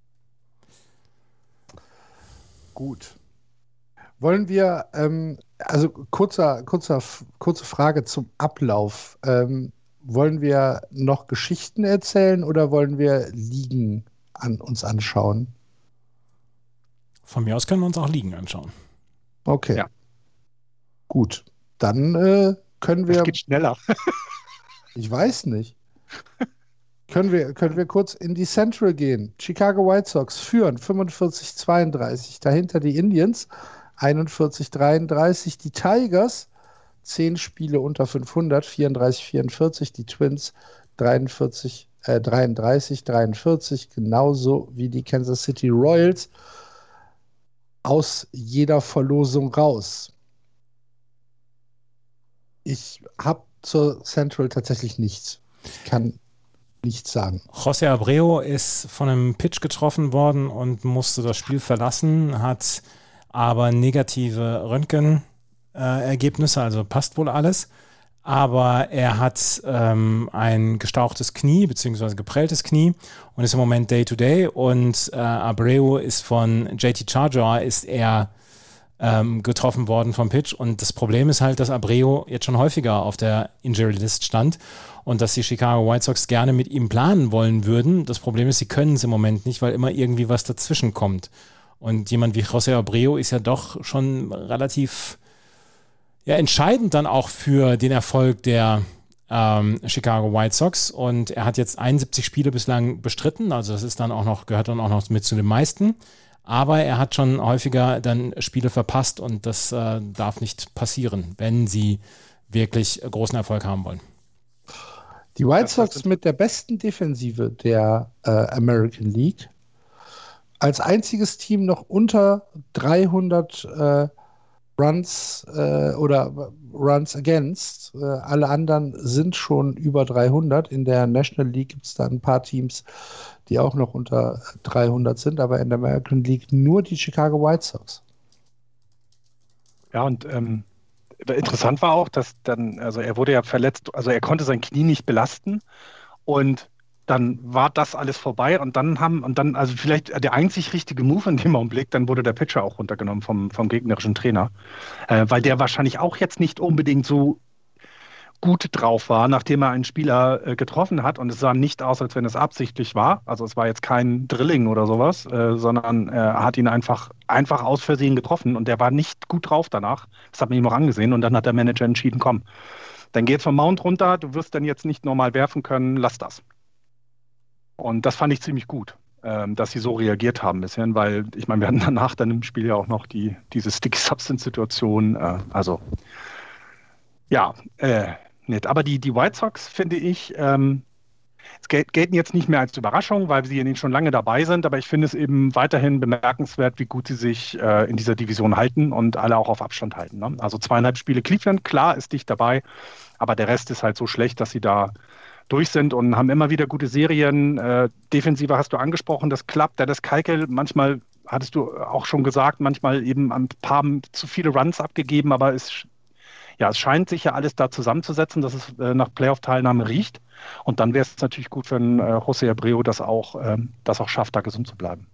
Gut. Wollen wir, ähm, also kurzer, kurzer, kurze Frage zum Ablauf. Ähm, wollen wir noch Geschichten erzählen oder wollen wir Ligen an uns anschauen? Von mir aus können wir uns auch Ligen anschauen. Okay. Ja. Gut, dann äh, können wir. Das geht schneller. Ich weiß nicht. können, wir, können wir kurz in die Central gehen. Chicago White Sox führen fünfundvierzig zweiunddreißig. Dahinter die Indians einundvierzig dreiunddreißig. Die Tigers zehn Spiele unter fünfhundert, vierunddreißig vierundvierzig. Die Twins dreiundvierzig, äh, dreiunddreißig dreiundvierzig. Genauso wie die Kansas City Royals. Aus jeder Verlosung raus. Ich habe zur Central tatsächlich nichts. Ich kann nichts sagen. José Abreu ist von einem Pitch getroffen worden und musste das Spiel verlassen, hat aber negative Röntgenergebnisse, also passt wohl alles. aber er hat ähm, ein gestauchtes Knie, beziehungsweise geprelltes Knie und ist im Moment Day-to-Day und äh, Abreu ist von J T Charger, ist er ähm, getroffen worden vom Pitch und das Problem ist halt, dass Abreu jetzt schon häufiger auf der Injury-List stand und dass die Chicago White Sox gerne mit ihm planen wollen würden. Das Problem ist, sie können es im Moment nicht, weil immer irgendwie was dazwischen kommt. Und jemand wie José Abreu ist ja doch schon relativ ja, entscheidend dann auch für den Erfolg der ähm, Chicago White Sox. Und er hat jetzt einundsiebzig Spiele bislang bestritten, also das ist dann auch noch, gehört dann auch noch mit zu den meisten. Aber er hat schon häufiger dann Spiele verpasst und das äh, darf nicht passieren, wenn sie wirklich großen Erfolg haben wollen. Die White Sox mit der besten Defensive der äh, American League. Als einziges Team noch unter dreihundert äh, Runs äh, oder Runs against. Äh, alle anderen sind schon über dreihundert. In der National League gibt es da ein paar Teams, die auch noch unter dreihundert sind, aber in der American League nur die Chicago White Sox. Ja, und ähm, interessant war auch, dass dann, also er wurde ja verletzt, also er konnte sein Knie nicht belasten und dann war das alles vorbei und dann haben, und dann, also vielleicht der einzig richtige Move in dem Augenblick, dann wurde der Pitcher auch runtergenommen vom, vom gegnerischen Trainer, äh, weil der wahrscheinlich auch jetzt nicht unbedingt so gut drauf war, nachdem er einen Spieler äh, getroffen hat und es sah nicht aus, als wenn es absichtlich war, also es war jetzt kein Drilling oder sowas, äh, sondern äh, er hat ihn einfach, einfach aus Versehen getroffen und der war nicht gut drauf danach, das hat man ihm auch angesehen und dann hat der Manager entschieden, komm, dann geht's vom Mount runter, du wirst dann jetzt nicht normal werfen können, lass das. Und das fand ich ziemlich gut, ähm, dass sie so reagiert haben ein bisschen, weil ich meine, wir hatten danach dann im Spiel ja auch noch die, diese Sticky-Substance-Situation. Äh, also, ja, äh, nett. Aber die, die White Sox, finde ich, ähm, es gelten jetzt nicht mehr als Überraschung, weil sie schon lange dabei sind, aber ich finde es eben weiterhin bemerkenswert, wie gut sie sich äh, in dieser Division halten und alle auch auf Abstand halten. Ne? Also zweieinhalb Spiele Cleveland, klar, ist dicht dabei, aber der Rest ist halt so schlecht, dass sie da durch sind und haben immer wieder gute Serien. Äh, Defensive hast du angesprochen, das klappt. Der das Keuchel, manchmal hattest du auch schon gesagt, manchmal eben ein paar zu viele Runs abgegeben, aber es, ja, es scheint sich ja alles da zusammenzusetzen, dass es äh, nach Playoff-Teilnahme riecht. Und dann wäre es natürlich gut, wenn äh, José Abreu das auch, äh, das auch schafft, da gesund zu bleiben.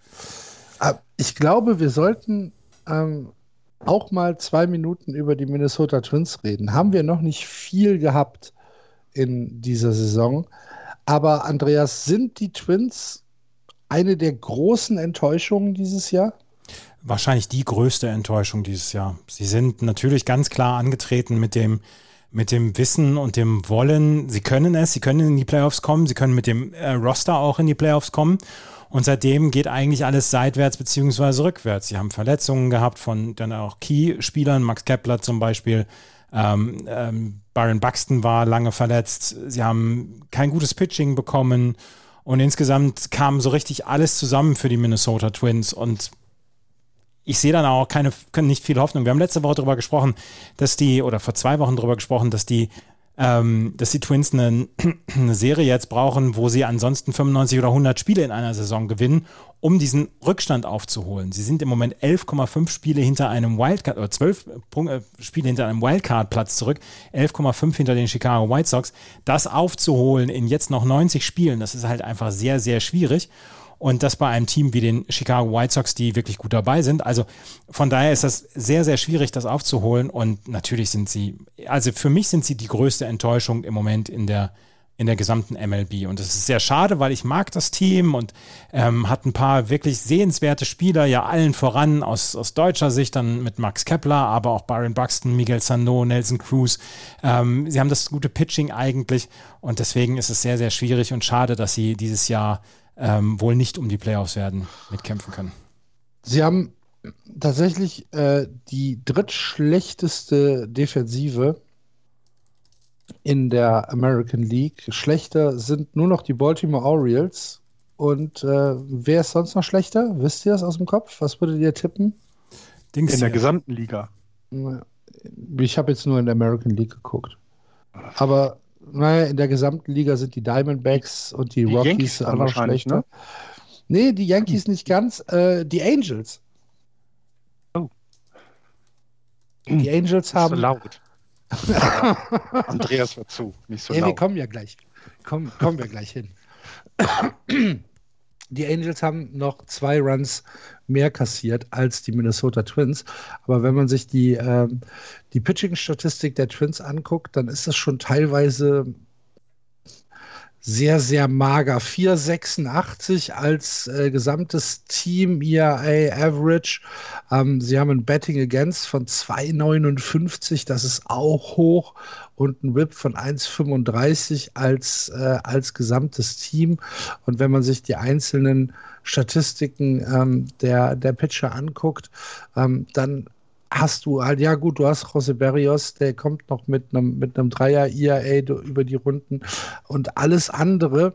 Ich glaube, wir sollten ähm, auch mal zwei Minuten über die Minnesota Twins reden. Haben wir noch nicht viel gehabt in dieser Saison. Aber Andreas, sind die Twins eine der großen Enttäuschungen dieses Jahr? Wahrscheinlich die größte Enttäuschung dieses Jahr. Sie sind natürlich ganz klar angetreten mit dem, mit dem Wissen und dem Wollen. Sie können es, sie können in die Playoffs kommen, sie können mit dem äh, Roster auch in die Playoffs kommen. Und seitdem geht eigentlich alles seitwärts beziehungsweise rückwärts. Sie haben Verletzungen gehabt von dann auch Key-Spielern, Max Kepler zum Beispiel. Ähm, ähm, Byron Buxton war lange verletzt, sie haben kein gutes Pitching bekommen und insgesamt kam so richtig alles zusammen für die Minnesota Twins und ich sehe dann auch keine, nicht viel Hoffnung. Wir haben letzte Woche darüber gesprochen, dass die, oder vor zwei Wochen darüber gesprochen, dass die ähm, dass die Twins eine, eine Serie jetzt brauchen, wo sie ansonsten fünfundneunzig oder hundert Spiele in einer Saison gewinnen, um diesen Rückstand aufzuholen. Sie sind im Moment elf Komma fünf Spiele hinter einem Wildcard, oder zwölf Punkte, Spiele hinter einem Wildcard-Platz zurück, elf Komma fünf hinter den Chicago White Sox. Das aufzuholen in jetzt noch neunzig Spielen, das ist halt einfach sehr, sehr schwierig. Und das bei einem Team wie den Chicago White Sox, die wirklich gut dabei sind. Also von daher ist das sehr, sehr schwierig, das aufzuholen. Und natürlich sind sie, also für mich sind sie die größte Enttäuschung im Moment in der, in der gesamten M L B. Und das ist sehr schade, weil ich mag das Team und ähm, hat ein paar wirklich sehenswerte Spieler, ja allen voran aus, aus deutscher Sicht, dann mit Max Kepler, aber auch Byron Buxton, Miguel Sano, Nelson Cruz. Ähm, sie haben das gute Pitching eigentlich. Und deswegen ist es sehr, sehr schwierig und schade, dass sie dieses Jahr Ähm, wohl nicht um die Playoffs werden mitkämpfen können. Sie haben tatsächlich äh, die drittschlechteste Defensive in der American League. Schlechter sind nur noch die Baltimore Orioles. Und äh, wer ist sonst noch schlechter? Wisst ihr das aus dem Kopf? Was würdet ihr tippen? Dings in der gesamten Liga. Ich habe jetzt nur in der American League geguckt. Aber naja, in der gesamten Liga sind die Diamondbacks und die, die Rockies auch noch schlechter. Ne? Nee, die Yankees nicht ganz. Äh, die Angels. Oh. Die Angels haben so laut. Andreas wird zu, nicht so Ja, wir laut. kommen ja gleich. Komm, kommen wir gleich hin. Die Angels haben noch zwei Runs mehr kassiert als die Minnesota Twins. Aber wenn man sich die, ähm, die Pitching-Statistik der Twins anguckt, dann ist das schon teilweise sehr, sehr mager. vier Komma sechsundachtzig als äh, gesamtes Team E R A Average. Ähm, sie haben ein Betting Against von zwei Komma neunundfünfzig, das ist auch hoch. Und ein Whip von eins Komma fünfunddreißig als, äh, als gesamtes Team. Und wenn man sich die einzelnen Statistiken ähm, der, der Pitcher anguckt, ähm, dann hast du halt, ja gut, du hast José Berrios, der kommt noch mit einem mit einem Dreier E R A über die Runden und alles andere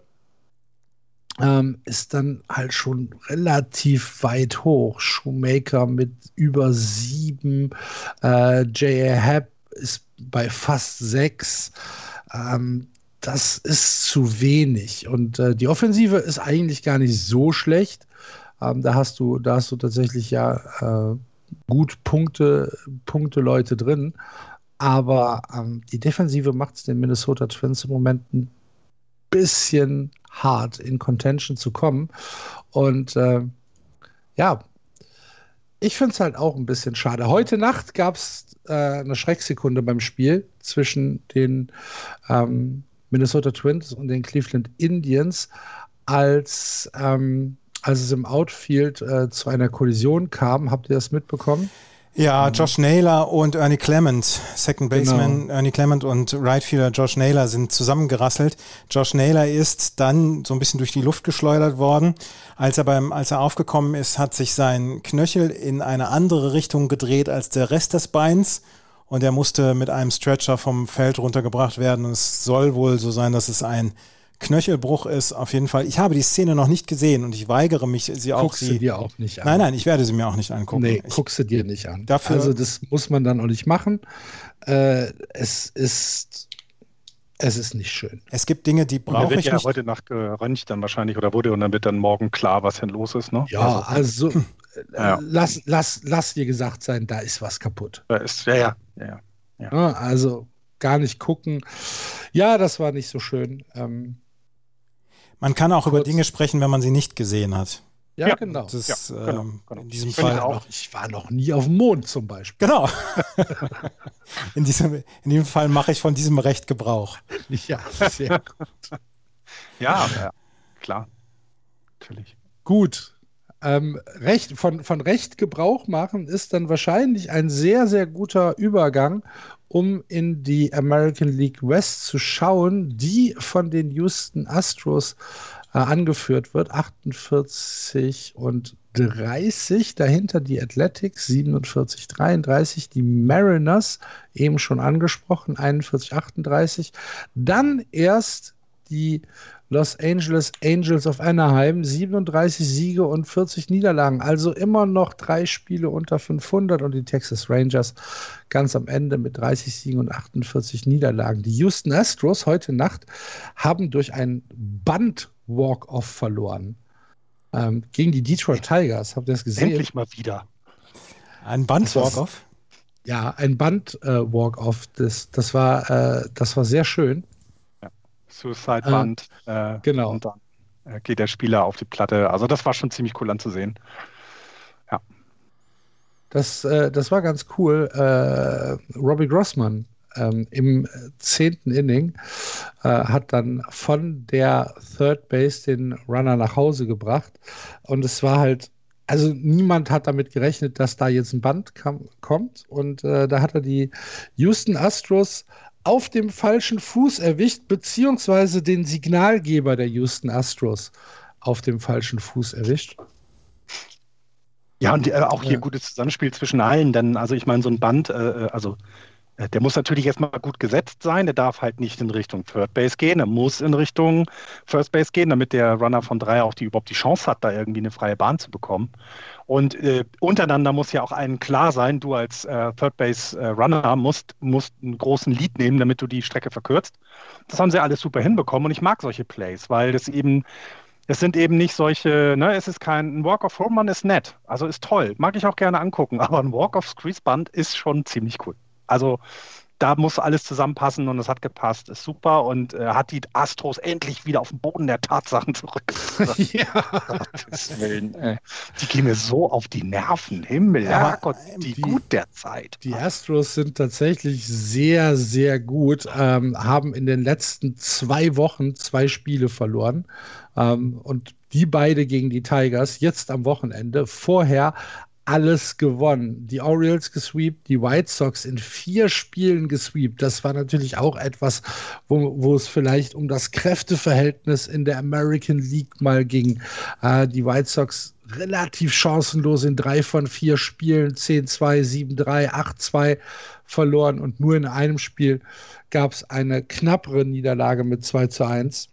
ähm, ist dann halt schon relativ weit hoch. Shoemaker mit über sieben, äh, J A. Happ ist bei fast sechs. Ähm, das ist zu wenig und äh, die Offensive ist eigentlich gar nicht so schlecht. Ähm, da hast du, da hast du tatsächlich ja äh, gut Punkte, Punkte Leute drin, aber ähm, die Defensive macht es den Minnesota Twins im Moment ein bisschen hart in Contention zu kommen und äh, ja, ich finde es halt auch ein bisschen schade. Heute Nacht gab es äh, eine Schrecksekunde beim Spiel zwischen den ähm, Minnesota Twins und den Cleveland Indians, als ähm, als es im Outfield äh, zu einer Kollision kam. Habt ihr das mitbekommen? Ja, Josh Naylor und Ernie Clement, Second Baseman genau. Ernie Clement und Rightfielder Josh Naylor sind zusammengerasselt. Josh Naylor ist dann so ein bisschen durch die Luft geschleudert worden. Als er, beim, als er aufgekommen ist, hat sich sein Knöchel in eine andere Richtung gedreht als der Rest des Beins und er musste mit einem Stretcher vom Feld runtergebracht werden. Und es soll wohl so sein, dass es ein Knöchelbruch ist, auf jeden Fall. Ich habe die Szene noch nicht gesehen und ich weigere mich, sie auch... Guckst sie, du dir auch nicht an? Nein, nein, ich werde sie mir auch nicht angucken. Nee, ich, guckst du dir nicht an. Dafür, also das muss man dann auch nicht machen. Äh, es ist... Es ist nicht schön. Es gibt Dinge, die brauche ich ja nicht. Heute Nacht geröntgt dann wahrscheinlich oder wurde und dann wird dann morgen klar, was denn los ist, ne? Ja, also, also ja. lass, lass, lass dir gesagt sein, da ist was kaputt. Da ist, ja, ja, ja, ja. ja. Also gar nicht gucken. Ja, das war nicht so schön. Ähm, Man kann auch über Dinge sprechen, wenn man sie nicht gesehen hat. Ja, ja genau. Das, ja, genau, ähm, genau. In diesem ich Fall auch. Ich war noch nie auf dem Mond zum Beispiel. Genau. in, diesem, in diesem Fall mache ich von diesem Recht Gebrauch. Ja, sehr gut. ja, ja, klar. Natürlich. Gut. Ähm, Recht, von, von Recht Gebrauch machen ist dann wahrscheinlich ein sehr, sehr guter Übergang, um in die American League West zu schauen, die von den Houston Astros äh, angeführt wird. achtundvierzig und dreißig. Dahinter die Athletics siebenundvierzig dreiunddreißig. Die Mariners, eben schon angesprochen, einundvierzig achtunddreißig. Dann erst die Los Angeles Angels of Anaheim, siebenunddreißig Siege und vierzig Niederlagen, also immer noch drei Spiele unter fünfhundert und die Texas Rangers ganz am Ende mit dreißig Siegen und achtundvierzig Niederlagen. Die Houston Astros heute Nacht haben durch ein Bunt-Walk-Off verloren ähm, gegen die Detroit Tigers. Habt ihr das gesehen? Endlich mal wieder. Ein Bunt-Walk-Off? Ja, ein Bunt-Walk-Off. Das, das, war, äh, das war sehr schön. Suicide Bunt. Äh, genau. Und dann äh, geht der Spieler auf die Platte. Also das war schon ziemlich cool anzusehen. Ja. Das, äh, das war ganz cool. Äh, Robbie Grossman ähm, im zehnten Inning äh, hat dann von der Third Base den Runner nach Hause gebracht. Und es war halt, also niemand hat damit gerechnet, dass da jetzt ein Bunt kam, kommt. Und äh, da hat er die Houston Astros auf dem falschen Fuß erwischt, beziehungsweise den Signalgeber der Houston Astros auf dem falschen Fuß erwischt. Ja, und die, äh, auch hier ja. gutes Zusammenspiel zwischen allen, denn also ich meine, so ein Band, äh, also äh, der muss natürlich erstmal gut gesetzt sein, der darf halt nicht in Richtung Third Base gehen, er muss in Richtung First Base gehen, damit der Runner von drei auch die überhaupt die Chance hat, da irgendwie eine freie Bahn zu bekommen. Und äh, untereinander muss ja auch allen klar sein, du als äh, Third Base äh, Runner musst, musst einen großen Lead nehmen, damit du die Strecke verkürzt. Das haben sie alles super hinbekommen und ich mag solche Plays, weil das eben, es sind eben nicht solche, ne, es ist kein, ein Walk-off-Home Run ist nett, also ist toll, mag ich auch gerne angucken, aber ein Walk-off-Squeeze-Bunt ist schon ziemlich cool. Also da muss alles zusammenpassen und es hat gepasst, ist super und äh, hat die Astros endlich wieder auf den Boden der Tatsachen zurückgebracht. Ja. Gottes Willen, äh. Die gehen mir so auf die Nerven. Himmel, ja, Gott, die, die gut der Zeit. Die Astros sind tatsächlich sehr, sehr gut, ähm, haben in den letzten zwei Wochen zwei Spiele verloren ähm, und die beide gegen die Tigers, jetzt am Wochenende, vorher alles gewonnen. Die Orioles gesweept, die White Sox in vier Spielen gesweept. Das war natürlich auch etwas, wo, wo es vielleicht um das Kräfteverhältnis in der American League mal ging. Äh, die White Sox relativ chancenlos in drei von vier Spielen, zehn zwei, sieben drei, acht zwei verloren und nur in einem Spiel gab es eine knappere Niederlage mit zwei zu eins.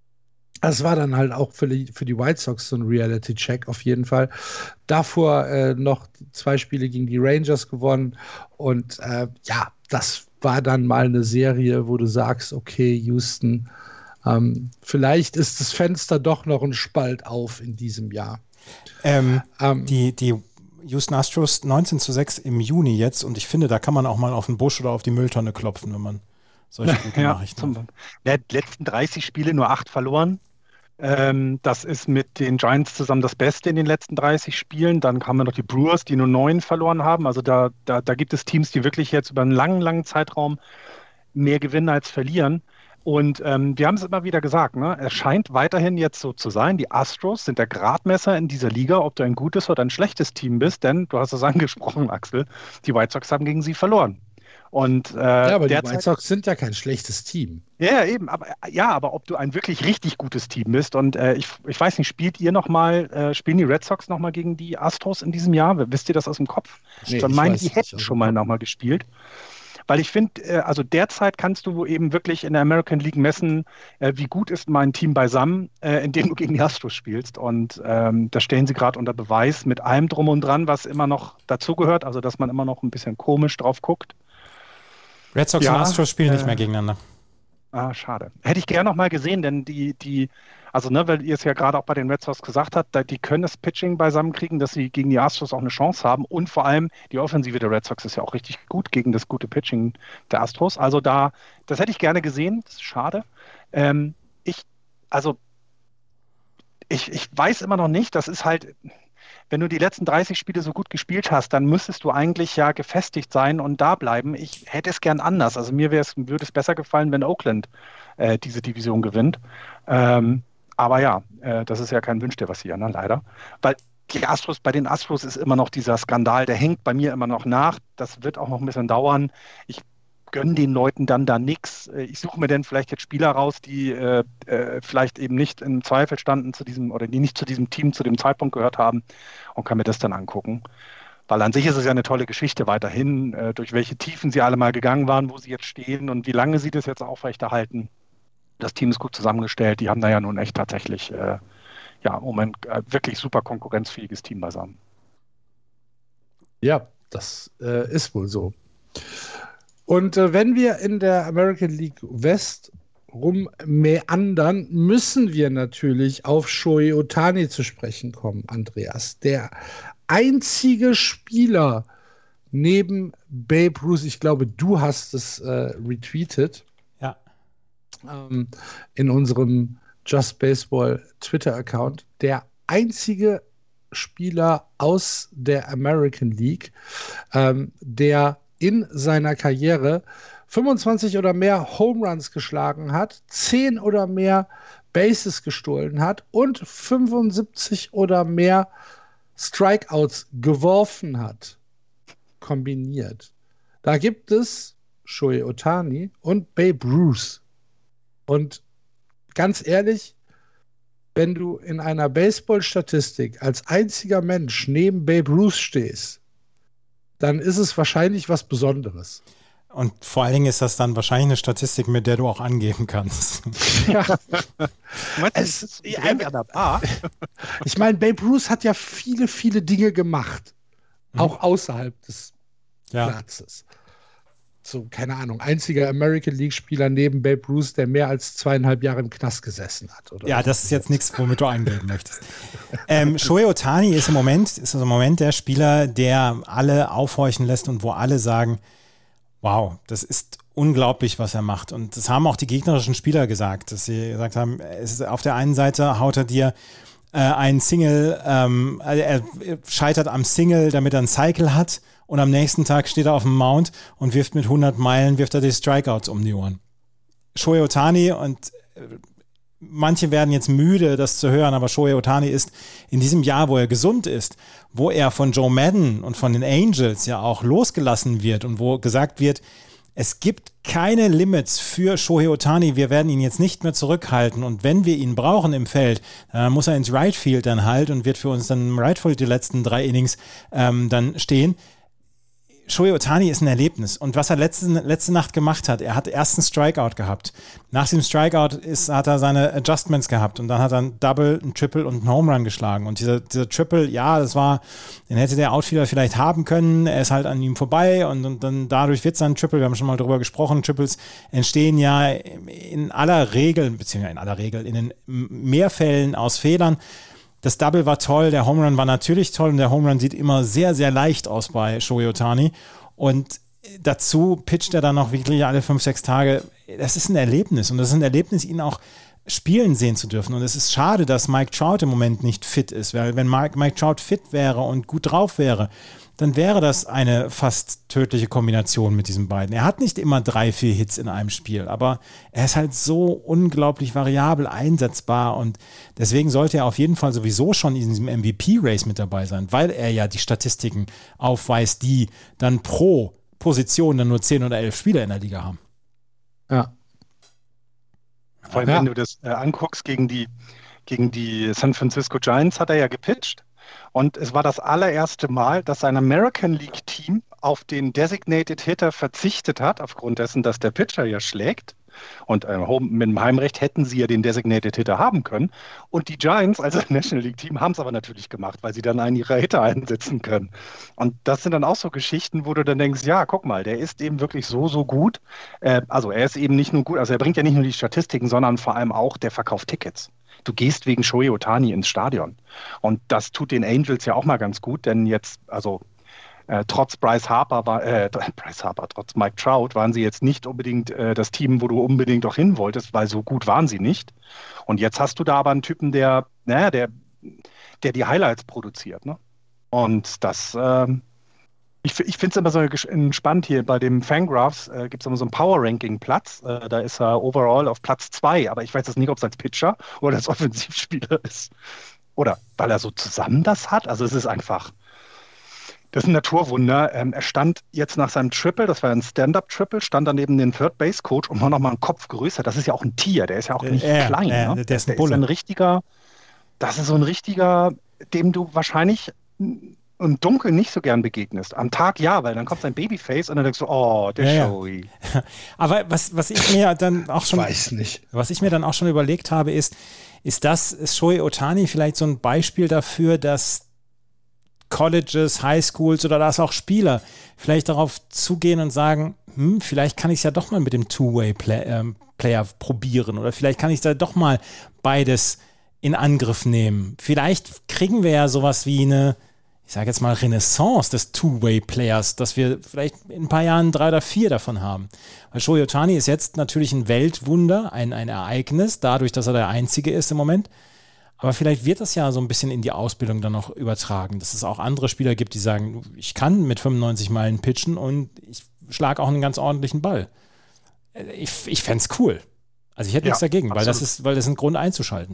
Das war dann halt auch für die, für die White Sox so ein Reality-Check auf jeden Fall. Davor äh, noch zwei Spiele gegen die Rangers gewonnen. Und äh, ja, das war dann mal eine Serie, wo du sagst, okay, Houston, ähm, vielleicht ist das Fenster doch noch ein Spalt auf in diesem Jahr. Ähm, ähm, die, die Houston Astros neunzehn zu sechs im Juni jetzt. Und ich finde, da kann man auch mal auf den Busch oder auf die Mülltonne klopfen, wenn man solche guten ja, Nachrichten hat. Ja, die letzten dreißig Spiele nur acht verloren. Ähm, das ist mit den Giants zusammen das Beste in den letzten dreißig Spielen. Dann haben wir noch die Brewers, die nur neun verloren haben. Also da, da, da gibt es Teams, die wirklich jetzt über einen langen, langen Zeitraum mehr gewinnen als verlieren. Und ähm, wir haben es immer wieder gesagt, ne? Es scheint weiterhin jetzt so zu sein, die Astros sind der Gradmesser in dieser Liga, ob du ein gutes oder ein schlechtes Team bist. Denn, du hast es angesprochen, Axel, die White Sox haben gegen sie verloren. Und, äh, ja, aber derzeit, die White Sox sind ja kein schlechtes Team. Ja, eben. Aber, ja, aber ob du ein wirklich richtig gutes Team bist und äh, ich, ich weiß nicht, spielt ihr noch mal, äh, spielen die Red Sox noch mal gegen die Astros in diesem Jahr? Wisst ihr das aus dem Kopf? Nee, ich meine, die hätten schon mal noch mal gespielt. Weil ich finde, äh, also derzeit kannst du eben wirklich in der American League messen, äh, wie gut ist mein Team beisammen, äh, indem du gegen die Astros spielst. Und ähm, das stellen sie gerade unter Beweis mit allem drum und dran, was immer noch dazugehört. Also, dass man immer noch ein bisschen komisch drauf guckt. Red Sox ja, und Astros spielen äh, nicht mehr gegeneinander. Ah, schade. Hätte ich gerne noch mal gesehen, denn die, die, also ne, weil ihr es ja gerade auch bei den Red Sox gesagt habt, da, die können das Pitching beisammenkriegen, dass sie gegen die Astros auch eine Chance haben und vor allem die Offensive der Red Sox ist ja auch richtig gut gegen das gute Pitching der Astros. Also da, das hätte ich gerne gesehen, das ist schade. Ähm, ich, also ich, ich weiß immer noch nicht, das ist halt, wenn du die letzten dreißig Spiele so gut gespielt hast, dann müsstest du eigentlich ja gefestigt sein und da bleiben. Ich hätte es gern anders. Also mir würde es besser gefallen, wenn Oakland äh, diese Division gewinnt. Ähm, aber ja, äh, das ist ja kein Wünsch dir was hier, ne? Leider. Weil die Astros, bei den Astros ist immer noch dieser Skandal, der hängt bei mir immer noch nach. Das wird auch noch ein bisschen dauern. Ich gönne den Leuten dann da nichts. Ich suche mir dann vielleicht jetzt Spieler raus, die äh, äh, vielleicht eben nicht im Zweifel standen zu diesem oder die nicht zu diesem Team zu dem Zeitpunkt gehört haben und kann mir das dann angucken. Weil an sich ist es ja eine tolle Geschichte weiterhin, äh, durch welche Tiefen sie alle mal gegangen waren, wo sie jetzt stehen und wie lange sie das jetzt aufrechterhalten. Das Team ist gut zusammengestellt. Die haben da ja nun echt tatsächlich äh, ja, im Moment äh, wirklich super konkurrenzfähiges Team beisammen. Ja, das äh, ist wohl so. Und äh, wenn wir in der American League West rummeandern, müssen wir natürlich auf Shohei Ohtani zu sprechen kommen, Andreas. Der einzige Spieler neben Babe Ruth, ich glaube, du hast es äh, retweetet, ja. ähm, in unserem Just Baseball Twitter-Account, der einzige Spieler aus der American League, ähm, der in seiner Karriere fünfundzwanzig oder mehr Home Runs geschlagen hat, zehn oder mehr Bases gestohlen hat und fünfundsiebzig oder mehr Strikeouts geworfen hat, kombiniert. Da gibt es Shohei Ohtani und Babe Ruth. Und ganz ehrlich, wenn du in einer Baseball-Statistik als einziger Mensch neben Babe Ruth stehst, dann ist es wahrscheinlich was Besonderes. Und vor allen Dingen ist das dann wahrscheinlich eine Statistik, mit der du auch angeben kannst. Ja. es, es, ja, ich meine, Babe Ruth hat ja viele, viele Dinge gemacht. Mhm. Auch außerhalb des ja. Platzes. So, keine Ahnung, einziger American League-Spieler neben Babe Ruth, der mehr als zweieinhalb Jahre im Knast gesessen hat. Oder ja, das ist jetzt nichts, womit du eingeben möchtest. ähm, Shohei Ohtani ist im Moment, ist im Moment der Spieler, der alle aufhorchen lässt und wo alle sagen, Wow, das ist unglaublich, was er macht. Und das haben auch die gegnerischen Spieler gesagt, dass sie gesagt haben, es ist auf der einen Seite haut er dir äh, einen Single, ähm, er scheitert am Single, damit er einen Cycle hat, und am nächsten Tag steht er auf dem Mount und wirft mit hundert Meilen, wirft er die Strikeouts um die Ohren. Shohei Ohtani, und äh, manche werden jetzt müde, das zu hören, aber Shohei Ohtani ist in diesem Jahr, wo er gesund ist, wo er von Joe Madden und von den Angels ja auch losgelassen wird und wo gesagt wird, es gibt keine Limits für Shohei Ohtani, wir werden ihn jetzt nicht mehr zurückhalten, und wenn wir ihn brauchen im Feld, dann muss er ins Right Field dann halt und wird für uns dann im Right Field die letzten drei Innings ähm, dann stehen. Shohei Ohtani ist ein Erlebnis. Und was er letzte, letzte Nacht gemacht hat, er hat erst einen Strikeout gehabt. Nach dem Strikeout ist, hat er seine Adjustments gehabt und dann hat er ein Double, ein Triple und einen Home Run geschlagen. Und dieser, dieser Triple, ja, das war, den hätte der Outfielder vielleicht haben können. Er ist halt an ihm vorbei und, und dann dadurch wird es dann ein Triple. Wir haben schon mal drüber gesprochen. Triples entstehen ja in aller Regel, beziehungsweise in aller Regel, in den Mehrfällen aus Fehlern. Das Double war toll, der Home Run war natürlich toll und der Home Run sieht immer sehr, sehr leicht aus bei Shohei Ohtani. Und dazu pitcht er dann noch wirklich alle fünf, sechs Tage. Das ist ein Erlebnis, und das ist ein Erlebnis, ihn auch spielen sehen zu dürfen. Und es ist schade, dass Mike Trout im Moment nicht fit ist, weil wenn Mike, Mike Trout fit wäre und gut drauf wäre, dann wäre das eine fast tödliche Kombination mit diesen beiden. Er hat nicht immer drei, vier Hits in einem Spiel, aber er ist halt so unglaublich variabel einsetzbar, und deswegen sollte er auf jeden Fall sowieso schon in diesem M V P-Race mit dabei sein, weil er ja die Statistiken aufweist, die dann pro Position dann nur zehn oder elf Spieler in der Liga haben. Ja. Vor allem, ja. wenn du das äh, anguckst, gegen die, gegen die San Francisco Giants hat er ja gepitcht. Und es war das allererste Mal, dass ein American League Team auf den Designated Hitter verzichtet hat, aufgrund dessen, dass der Pitcher ja schlägt. Und äh, mit dem Heimrecht hätten sie ja den Designated Hitter haben können. Und die Giants, also National League Team, haben es aber natürlich gemacht, weil sie dann einen ihrer Hitter einsetzen können. Und das sind dann auch so Geschichten, wo du dann denkst, ja, guck mal, der ist eben wirklich so, so gut. Äh, also er ist eben nicht nur gut, also er bringt ja nicht nur die Statistiken, sondern vor allem auch, der verkauft Tickets. Du gehst wegen Shohei Ohtani ins Stadion. Und das tut den Angels ja auch mal ganz gut, denn jetzt, also äh, trotz Bryce Harper, war, äh, Bryce Harper, trotz Mike Trout waren sie jetzt nicht unbedingt äh, das Team, wo du unbedingt auch hin wolltest, weil so gut waren sie nicht. Und jetzt hast du da aber einen Typen, der, naja, der, der die Highlights produziert, ne? Und das, ähm, ich, ich finde es immer so spannend hier, bei dem Fangraphs äh, gibt es immer so einen Power-Ranking-Platz, äh, da ist er overall auf Platz zwei, aber ich weiß jetzt nicht, ob es als Pitcher oder als Offensivspieler ist. Oder weil er so zusammen das hat, also es ist einfach, das ist ein Naturwunder. Ähm, er stand jetzt nach seinem Triple, das war ein Stand-Up-Triple, stand dann neben den Third-Base-Coach und war nochmal einen Kopf größer. Das ist ja auch ein Tier, der ist ja auch nicht äh, klein. äh, ne? Der ist ein der Bulle. ist ein richtiger, das ist so ein richtiger, dem du wahrscheinlich im Dunkeln nicht so gern begegnest. Am Tag ja, weil dann kommt sein Babyface und dann denkst du, oh, der Ja, Shohei. Ja. Aber was, was ich mir dann auch schon, Ich weiß nicht. was ich mir dann auch schon überlegt habe, ist, ist das, ist Shohei Ohtani vielleicht so ein Beispiel dafür, dass Colleges, Highschools oder dass auch Spieler vielleicht darauf zugehen und sagen, hm, vielleicht kann ich es ja doch mal mit dem Two-Way-Player äh, probieren oder vielleicht kann ich da doch mal beides in Angriff nehmen. Vielleicht kriegen wir ja sowas wie eine, ich sage jetzt mal, Renaissance des Two-Way-Players, dass wir vielleicht in ein paar Jahren drei oder vier davon haben. Weil Shohei Ohtani ist jetzt natürlich ein Weltwunder, ein, ein Ereignis, dadurch, dass er der Einzige ist im Moment. Aber vielleicht wird das ja so ein bisschen in die Ausbildung dann noch übertragen, dass es auch andere Spieler gibt, die sagen, ich kann mit fünfundneunzig Meilen pitchen und ich schlage auch einen ganz ordentlichen Ball. Ich, ich fände es cool. Also ich hätte Ja, nichts dagegen, weil das, absolut. ist, weil das ist ein Grund einzuschalten.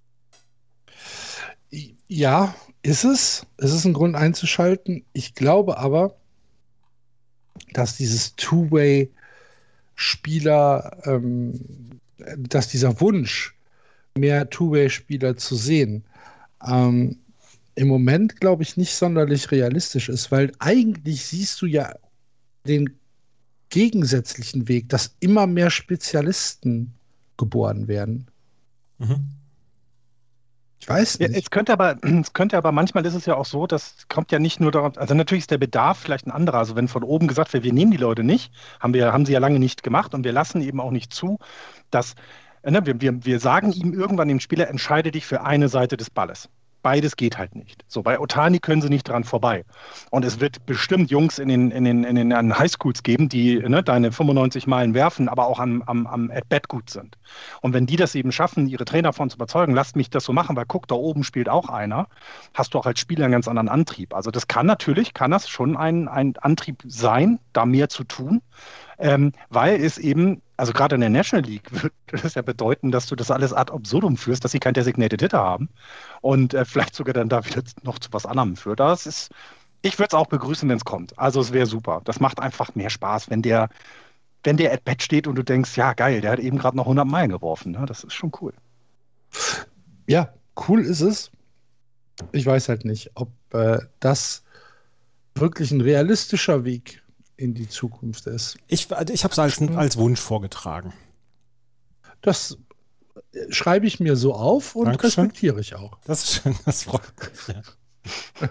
Ja, ist es. Es ist ein Grund einzuschalten. Ich glaube aber, dass dieses Two-Way-Spieler, ähm, dass dieser Wunsch, mehr Two-Way-Spieler zu sehen, ähm, im Moment, glaube ich, nicht sonderlich realistisch ist, weil eigentlich siehst du ja den gegensätzlichen Weg, dass immer mehr Spezialisten geboren werden. Mhm. Ich weiß Ja, nicht. es könnte aber, es könnte aber manchmal ist es ja auch so, das kommt ja nicht nur darauf, also natürlich ist der Bedarf vielleicht ein anderer. Also wenn von oben gesagt wird, wir nehmen die Leute nicht, haben wir, haben sie ja lange nicht gemacht und wir lassen eben auch nicht zu, dass, ne, wir, wir, wir sagen ihm irgendwann dem Spieler, entscheide dich für eine Seite des Balles. beides geht halt nicht. So, bei Ohtani können sie nicht dran vorbei. Und es wird bestimmt Jungs in den, in den, in den an Highschools geben, die ne, deine fünfundneunzig Meilen werfen, aber auch am, am, am At-Bat gut sind. Und wenn die das eben schaffen, ihre Trainer davon zu überzeugen, lasst mich das so machen, weil guck, da oben spielt auch einer, hast du auch als Spieler einen ganz anderen Antrieb. Also das kann natürlich, kann das schon ein, ein Antrieb sein, da mehr zu tun. Ähm, weil es eben, also gerade in der National League würde das ja bedeuten, dass du das alles ad absurdum führst, dass sie kein Designated Hitter haben und äh, vielleicht sogar dann da wieder noch zu was anderem führt. Das ist, ich würde es auch begrüßen, wenn es kommt. Also es wäre super. Das macht einfach mehr Spaß, wenn der, wenn der at bat steht und du denkst, ja geil, der hat eben gerade noch hundert Meilen geworfen. Ne? Das ist schon cool. Ja, cool ist es. Ich weiß halt nicht, ob äh, das wirklich ein realistischer Weg in die Zukunft ist. Ich, ich habe es als, als Wunsch vorgetragen. Das schreibe ich mir so auf und Dankeschön. Respektiere ich auch. Das ist schön, das freut mich. Ja.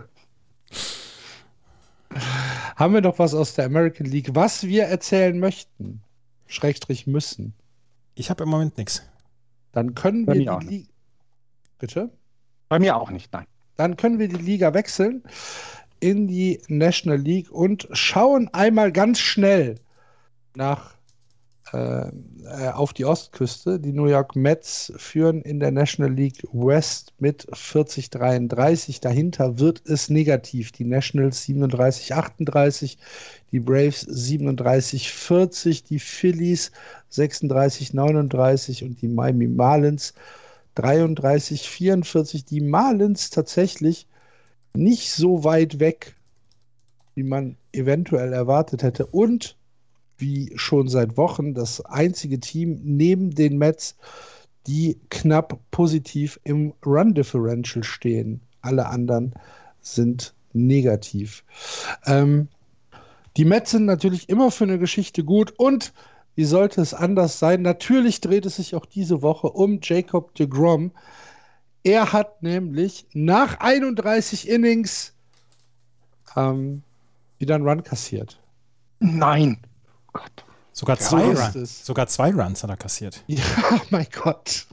Haben wir noch was aus der American League, was wir erzählen möchten? Schrägstrich müssen. Ich habe im Moment nichts. Dann können Bei wir mir auch die nicht. Liga. Bitte? Bei mir auch nicht, nein. Dann können wir die Liga wechseln in die National League und schauen einmal ganz schnell nach äh, äh, auf die Ostküste. Die New York Mets führen in der National League West mit vierzig dreiunddreißig. Dahinter wird es negativ. Die Nationals siebenunddreißig achtunddreißig, die Braves siebenunddreißig vierzig, die Phillies sechsunddreißig neununddreißig und die Miami Marlins dreiunddreißig vierundvierzig. Die Marlins tatsächlich nicht so weit weg, wie man eventuell erwartet hätte. Und wie schon seit Wochen das einzige Team neben den Mets, die knapp positiv im Run-Differential stehen. Alle anderen sind negativ. Ähm, die Mets sind natürlich immer für eine Geschichte gut und wie sollte es anders sein? Natürlich dreht es sich auch diese Woche um Jacob deGrom. Er hat nämlich nach einunddreißig Innings ähm, wieder einen Run kassiert. Nein. Oh Gott. Sogar Ja, zwei, so ist Runs, es. sogar zwei Runs hat er kassiert. Ja, mein Gott.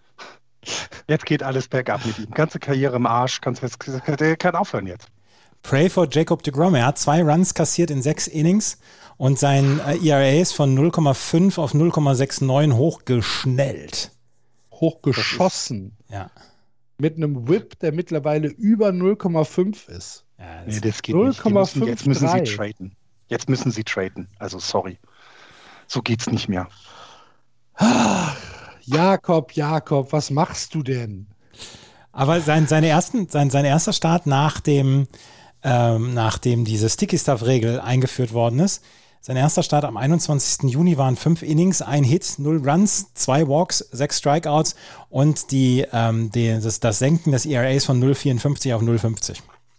Jetzt geht alles bergab mit ihm. Ganze Karriere im Arsch. Kannst jetzt, der kann aufhören jetzt. Pray for Jacob deGrom. Er hat zwei Runs kassiert in sechs Innings und sein äh, E R A ist von null Komma fünf auf null Komma neunundsechzig hochgeschnellt. Hochgeschossen. Ja. Mit einem Whip, der mittlerweile über null Komma fünf ist. Ja, Nee, das geht null nicht. Die Komma müssen, jetzt müssen sie fünfunddreißig. traden. Jetzt müssen sie traden. Also sorry. So geht's nicht mehr. Ah, Jakob, Jakob, was machst du denn? Aber sein, seine ersten, sein, sein erster Start nach dem, ähm, nachdem diese Sticky-Stuff-Regel eingeführt worden ist, sein erster Start am einundzwanzigsten Juni waren fünf Innings, ein Hit, null Runs, zwei Walks, sechs Strikeouts und die, ähm, die, das, das Senken des E R As von null Komma vierundfünfzig auf null Komma fünfzig.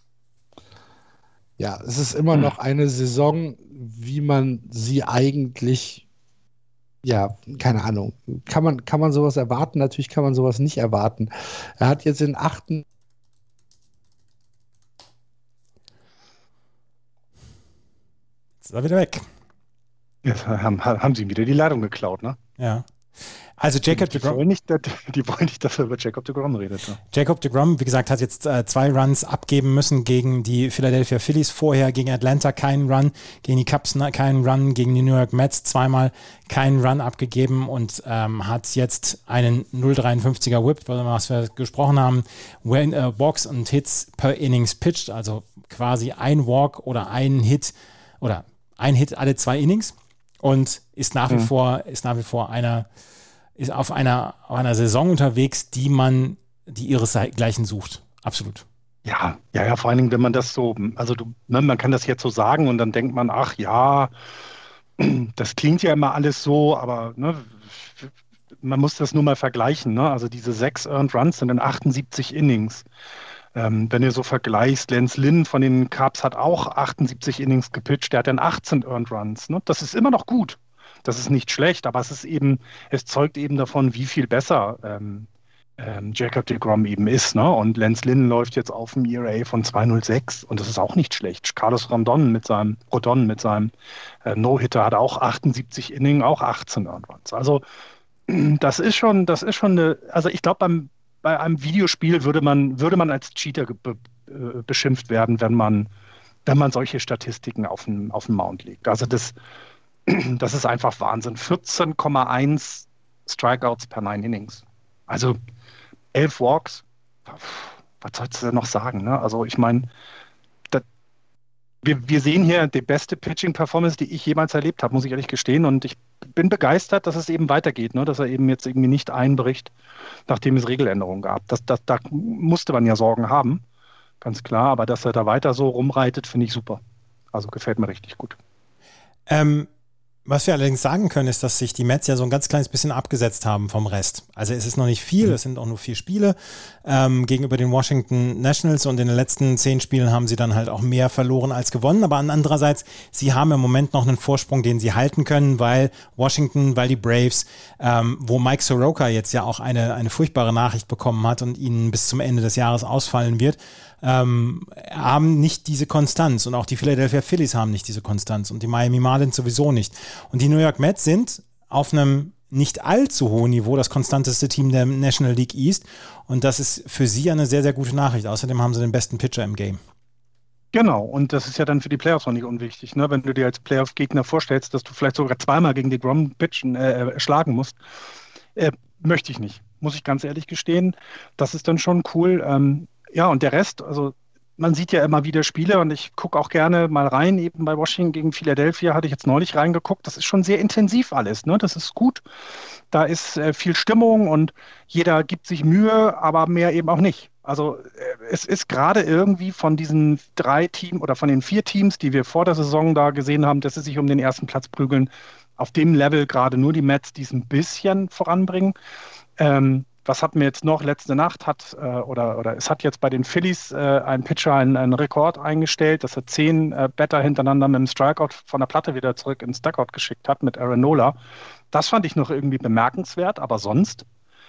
Ja, es ist immer noch eine Saison, wie man sie eigentlich, ja, keine Ahnung, kann man, kann man sowas erwarten? Natürlich kann man sowas nicht erwarten. Er hat jetzt in achten Jetzt ist er wieder weg. Jetzt haben, haben sie ihm wieder die Leitung geklaut, ne? Ja. Also Jacob Die deGrom, wollen nicht, die wollen nicht, dass er über Jacob deGrom redet. Ne? Jacob deGrom, wie gesagt, hat jetzt äh, zwei Runs abgeben müssen gegen die Philadelphia Phillies vorher, gegen Atlanta keinen Run, gegen die Cubs keinen Run, gegen die New York Mets zweimal keinen Run abgegeben und ähm, hat jetzt einen null Komma dreiundfünfziger Whip, was wir gesprochen haben, when, äh, Walks und Hits per Innings pitched, also quasi ein Walk oder ein Hit oder ein Hit alle zwei Innings und ist nach wie Mhm. vor, ist nach wie vor einer ist auf einer, auf einer Saison unterwegs, die man, die ihresgleichen sucht. Absolut. Ja, ja, ja, vor allen Dingen, wenn man das so, also du, ne, man kann das jetzt so sagen und dann denkt man, ach ja, das klingt ja immer alles so, aber ne, man muss das nur mal vergleichen. Ne? Also diese sechs Earned Runs sind in achtundsiebzig Innings. Ähm, wenn du so vergleichst, Lance Lynn von den Cubs hat auch achtundsiebzig Innings gepitcht, der hat dann achtzehn Earned Runs. Ne? Das ist immer noch gut. Das ist nicht schlecht, aber es ist eben, es zeugt eben davon, wie viel besser ähm, ähm, Jacob deGrom eben ist. Ne? Und Lance Lynn läuft jetzt auf dem E R A von zwei Komma null sechs und das ist auch nicht schlecht. Carlos Rondon mit seinem Rodon mit seinem äh, No-Hitter hat auch achtundsiebzig Innings, auch achtzehn Earned Runs. Also das ist schon, das ist schon eine, also ich glaube beim bei einem Videospiel würde man, würde man als Cheater be, äh, beschimpft werden, wenn man, wenn man solche Statistiken auf den, auf den Mount legt. Also das, das ist einfach Wahnsinn. vierzehn Komma eins Strikeouts per neun Innings. Also elf Walks. Was sollst du denn noch sagen? Ne? Also ich meine, wir, wir sehen hier die beste Pitching-Performance, die ich jemals erlebt habe, muss ich ehrlich gestehen. Und ich bin begeistert, dass es eben weitergeht, ne? Dass er eben jetzt irgendwie nicht einbricht, nachdem es Regeländerungen gab. Das, das, da musste man ja Sorgen haben, ganz klar. Aber dass er da weiter so rumreitet, finde ich super. Also gefällt mir richtig gut. Ähm, was wir allerdings sagen können, ist, dass sich die Mets ja so ein ganz kleines bisschen abgesetzt haben vom Rest. Also es ist noch nicht viel, es sind auch nur vier Spiele ähm, gegenüber den Washington Nationals und in den letzten zehn Spielen haben sie dann halt auch mehr verloren als gewonnen. Aber andererseits, sie haben im Moment noch einen Vorsprung, den sie halten können, weil Washington, weil die Braves, ähm, wo Mike Soroka jetzt ja auch eine, eine furchtbare Nachricht bekommen hat und ihnen bis zum Ende des Jahres ausfallen wird, Ähm, haben nicht diese Konstanz und auch die Philadelphia Phillies haben nicht diese Konstanz und die Miami Marlins sowieso nicht. Und die New York Mets sind auf einem nicht allzu hohen Niveau das konstanteste Team der National League East und das ist für sie eine sehr, sehr gute Nachricht. Außerdem haben sie den besten Pitcher im Game. Genau, und das ist ja dann für die Playoffs auch nicht unwichtig, ne? Wenn du dir als Playoff-Gegner vorstellst, dass du vielleicht sogar zweimal gegen die Grom pitchen, äh, schlagen musst, äh, möchte ich nicht, muss ich ganz ehrlich gestehen. Das ist dann schon cool. Ähm, Ja, und der Rest, also man sieht ja immer wieder Spiele und ich gucke auch gerne mal rein, eben bei Washington gegen Philadelphia hatte ich jetzt neulich reingeguckt, das ist schon sehr intensiv alles, ne? Das ist gut, da ist äh, viel Stimmung und jeder gibt sich Mühe, aber mehr eben auch nicht. Also äh, es ist gerade irgendwie von diesen drei Teams oder von den vier Teams, die wir vor der Saison da gesehen haben, dass sie sich um den ersten Platz prügeln, auf dem Level gerade nur die Mets, die es ein bisschen voranbringen. Ähm, Was hatten wir jetzt noch? Letzte Nacht hat, äh, oder, oder es hat jetzt bei den Phillies äh, ein Pitcher einen, einen Rekord eingestellt, dass er zehn äh, Batter hintereinander mit dem Strikeout von der Platte wieder zurück ins Dugout geschickt hat mit Aaron Nola. Das fand ich noch irgendwie bemerkenswert, aber sonst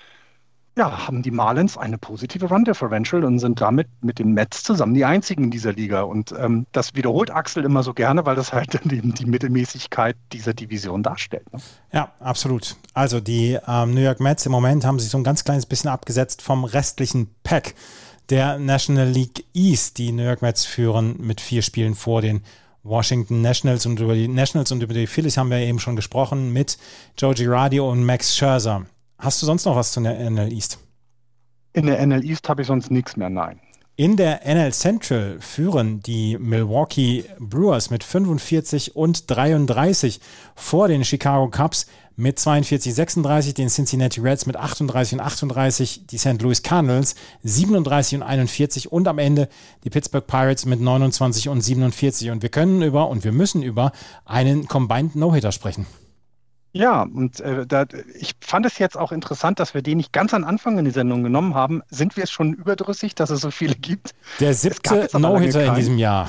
ja, haben die Marlins eine positive Run-Differential und sind damit mit den Mets zusammen die einzigen in dieser Liga. Und ähm, das wiederholt Axel immer so gerne, weil das halt dann eben die Mittelmäßigkeit dieser Division darstellt. Ne? Ja, absolut. Also die ähm, New York Mets im Moment haben sich so ein ganz kleines bisschen abgesetzt vom restlichen Pack der National League East. Die New York Mets führen mit vier Spielen vor den Washington Nationals und über die Nationals und über die Phillies haben wir eben schon gesprochen mit Joe Girardi und Max Scherzer. Hast du sonst noch was zu der N L East? In der N L East habe ich sonst nichts mehr, nein. In der N L Central führen die Milwaukee Brewers mit fünfundvierzig und dreiunddreißig vor den Chicago Cubs mit zweiundvierzig sechsunddreißig, den Cincinnati Reds mit achtunddreißig und achtunddreißig, die Saint Louis Cardinals siebenunddreißig und einundvierzig und am Ende die Pittsburgh Pirates mit neunundzwanzig und siebenundvierzig. Und wir können über und wir müssen über einen Combined No-Hitter sprechen. Ja, und äh, da, ich fand es jetzt auch interessant, dass wir den nicht ganz am Anfang in die Sendung genommen haben. Sind wir es schon überdrüssig, dass es so viele gibt? Der siebte No-Hitter in diesem Jahr.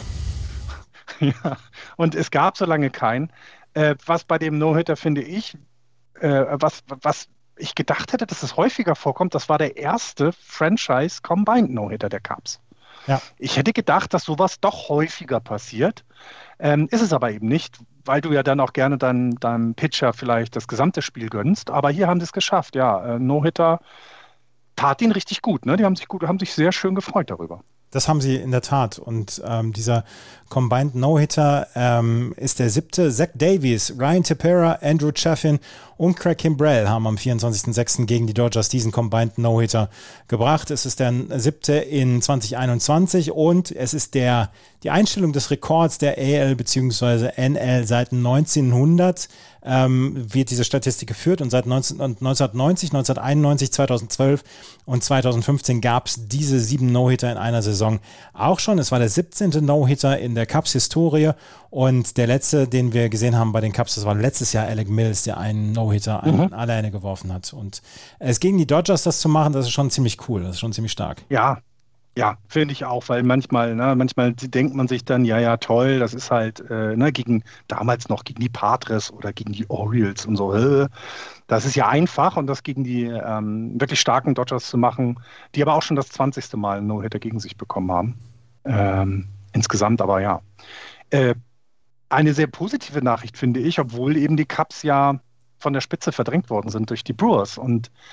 Ja, und es gab so lange keinen. Äh, was bei dem No-Hitter, finde ich, äh, was, was ich gedacht hätte, dass es häufiger vorkommt, das war der erste Franchise-Combined No-Hitter der Cubs. Ja. Ich hätte gedacht, dass sowas doch häufiger passiert. Ähm, ist es aber eben nicht, weil du ja dann auch gerne deinem, deinem Pitcher vielleicht das gesamte Spiel gönnst. Aber hier haben sie es geschafft, ja. Äh, No-Hitter tat ihn richtig gut, ne? Die haben sich gut, haben sich sehr schön gefreut darüber. Das haben sie in der Tat. Und ähm, dieser Combined No-Hitter ähm, ist der siebte. Zach Davies, Ryan Tepera, Andrew Chaffin und Craig Kimbrell haben am vierundzwanzigsten sechsten gegen die Dodgers diesen Combined No-Hitter gebracht. Es ist der siebte in zwanzig einundzwanzig und es ist der, die Einstellung des Rekords der A L bzw. N L seit neunzehnhundert. Ähm, wird diese Statistik geführt und seit neunzehnhundertneunzig, neunzehnhunderteinundneunzig, zweitausendzwölf und zweitausendfünfzehn gab es diese sieben No-Hitter in einer Saison auch schon. Es war der siebzehnte No-Hitter in der Cubs-Historie und der letzte, den wir gesehen haben bei den Cubs, das war letztes Jahr Alec Mills, der einen No-Hitter mhm. alleine geworfen hat. Und es gegen die Dodgers das zu machen, das ist schon ziemlich cool, das ist schon ziemlich stark. Ja, Ja, finde ich auch, weil manchmal, ne, manchmal denkt man sich dann, ja, ja, toll, das ist halt, äh, ne, gegen, damals noch gegen die Padres oder gegen die Orioles und so, äh, das ist ja einfach und das gegen die ähm, wirklich starken Dodgers zu machen, die aber auch schon das zwanzigste Mal einen No-Hitter gegen sich bekommen haben. Ähm, insgesamt aber ja. Äh, eine sehr positive Nachricht, finde ich, obwohl eben die Cubs ja von der Spitze verdrängt worden sind durch die Brewers und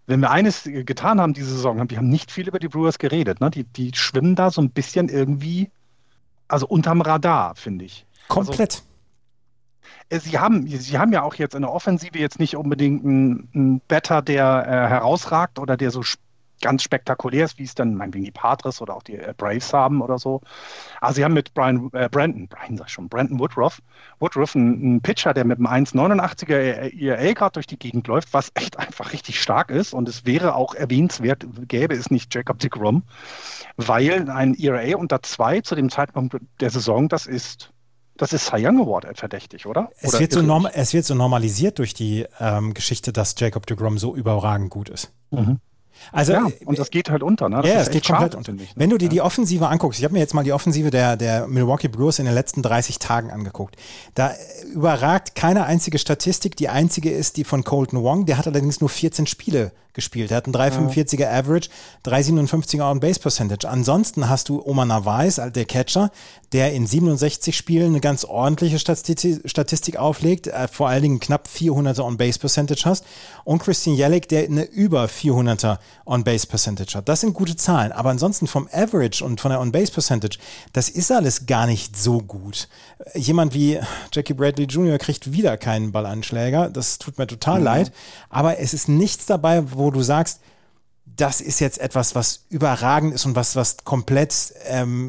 wenn wir eines getan haben diese Saison, wir haben nicht viel über die Brewers geredet. Ne? Die, die schwimmen da so ein bisschen irgendwie, also unterm Radar, finde ich. Komplett. Also, sie haben, sie haben ja auch jetzt in der Offensive jetzt nicht unbedingt einen, einen Batter, der äh, herausragt oder der so sp- ganz spektakulär ist, wie es dann meinetwegen die Padres oder auch die äh, Braves haben oder so. Also sie haben mit Brian, äh, Brandon, Brian sag ich schon, Brandon Woodruff, Woodruff, einen, einen Pitcher, der mit einem eins Komma neunundachtziger E R A gerade durch die Gegend läuft, was echt einfach richtig stark ist. Und es wäre auch erwähnenswert, gäbe es nicht Jacob deGrom, weil ein E R A unter zwei zu dem Zeitpunkt der Saison, das ist Das ist Cy Young Award verdächtig, oder? Es, oder wird so norm- es wird so normalisiert durch die ähm, Geschichte, dass Jacob deGrom so überragend gut ist. Mhm. Also, ja, und das geht halt unter. Ne? Das ja, ist es geht komplett unter. Nicht, ne? Wenn du dir ja. die Offensive anguckst, ich habe mir jetzt mal die Offensive der, der Milwaukee Brewers in den letzten dreißig Tagen angeguckt. Da überragt keine einzige Statistik. Die einzige ist die von Colton Wong. Der hat allerdings nur vierzehn Spiele gespielt. Er hat einen drei Komma fünfundvierziger ja. Average, drei Komma siebenundfünfziger On-Base-Percentage. Ansonsten hast du Omar Narvaez, der Catcher, der in siebenundsechzig Spielen eine ganz ordentliche Statistik, Statistik auflegt, äh, vor allen Dingen knapp vierhunderter On-Base-Percentage hast. Und Christian Yelich, der eine über vierhunderter On-Base-Percentage hat. Das sind gute Zahlen. Aber ansonsten vom Average und von der On-Base-Percentage, das ist alles gar nicht so gut. Jemand wie Jackie Bradley Junior kriegt wieder keinen Ballanschläger. Das tut mir total mhm. leid. Aber es ist nichts dabei, wo du sagst, das ist jetzt etwas, was überragend ist und was, was komplett ähm,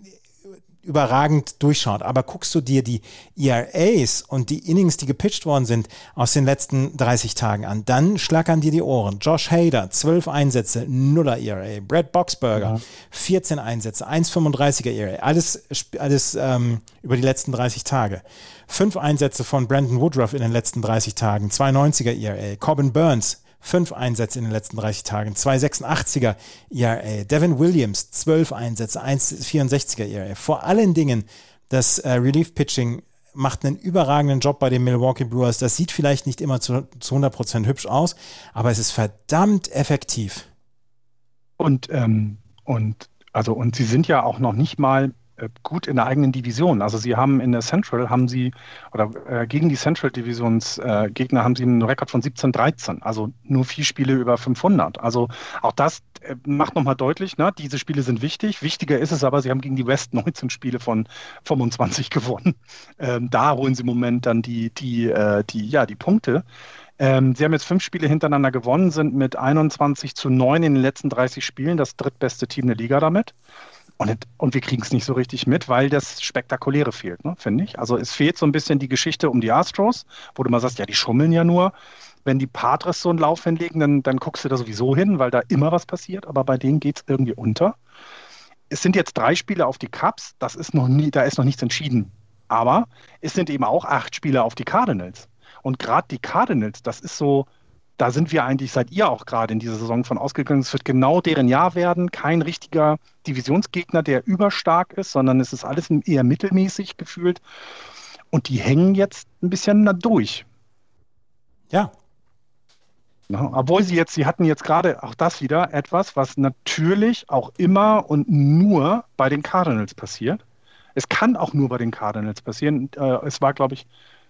überragend durchschaut. Aber guckst du dir die E R As und die Innings, die gepitcht worden sind aus den letzten dreißig Tagen an, dann schlackern dir die Ohren. Josh Hader, zwölf Einsätze, nuller E R A. Brad Boxberger, ja. vierzehn Einsätze, eins Komma fünfunddreißiger E R A. Alles, alles ähm, über die letzten dreißig Tage. Fünf Einsätze von Brandon Woodruff in den letzten dreißig Tagen, zwei Komma neunziger E R A. Corbin Burns, fünf Einsätze in den letzten dreißig Tagen, zwei Komma sechsundachtziger E R A. Devin Williams, zwölf Einsätze, eins Komma vierundsechziger E R A. Vor allen Dingen, das äh, Relief-Pitching macht einen überragenden Job bei den Milwaukee Brewers. Das sieht vielleicht nicht immer zu, zu hundert Prozent hübsch aus, aber es ist verdammt effektiv. Und, ähm, und, also, und sie sind ja auch noch nicht mal gut in der eigenen Division. Also sie haben in der Central, haben sie, oder äh, gegen die Central-Divisionsgegner äh, haben sie einen Rekord von siebzehn dreizehn, also nur vier Spiele über fünfhundert. Also auch das äh, macht nochmal deutlich, ne? Diese Spiele sind wichtig. Wichtiger ist es aber, sie haben gegen die West neunzehn Spiele von fünfundzwanzig gewonnen. Ähm, da holen sie im Moment dann die, die, äh, die, ja, die Punkte. Ähm, sie haben jetzt fünf Spiele hintereinander gewonnen, sind mit einundzwanzig zu neun in den letzten dreißig Spielen das drittbeste Team der Liga damit. Und, und wir kriegen es nicht so richtig mit, weil das Spektakuläre fehlt, ne, finde ich. Also es fehlt so ein bisschen die Geschichte um die Astros, wo du mal sagst, ja, die schummeln ja nur. Wenn die Padres so einen Lauf hinlegen, dann, dann guckst du da sowieso hin, weil da immer was passiert. Aber bei denen geht es irgendwie unter. Es sind jetzt drei Spiele auf die Cubs, das ist noch nie, da ist noch nichts entschieden. Aber es sind eben auch acht Spiele auf die Cardinals. Und gerade die Cardinals, das ist so... Da sind wir eigentlich, seid ihr auch gerade in dieser Saison von ausgegangen, es wird genau deren Jahr werden, kein richtiger Divisionsgegner, der überstark ist, sondern es ist alles eher mittelmäßig gefühlt und die hängen jetzt ein bisschen da durch. Ja. Ja, obwohl sie jetzt, sie hatten jetzt gerade auch das wieder etwas, was natürlich auch immer und nur bei den Cardinals passiert. Es kann auch nur bei den Cardinals passieren. Äh, es war, glaube ich,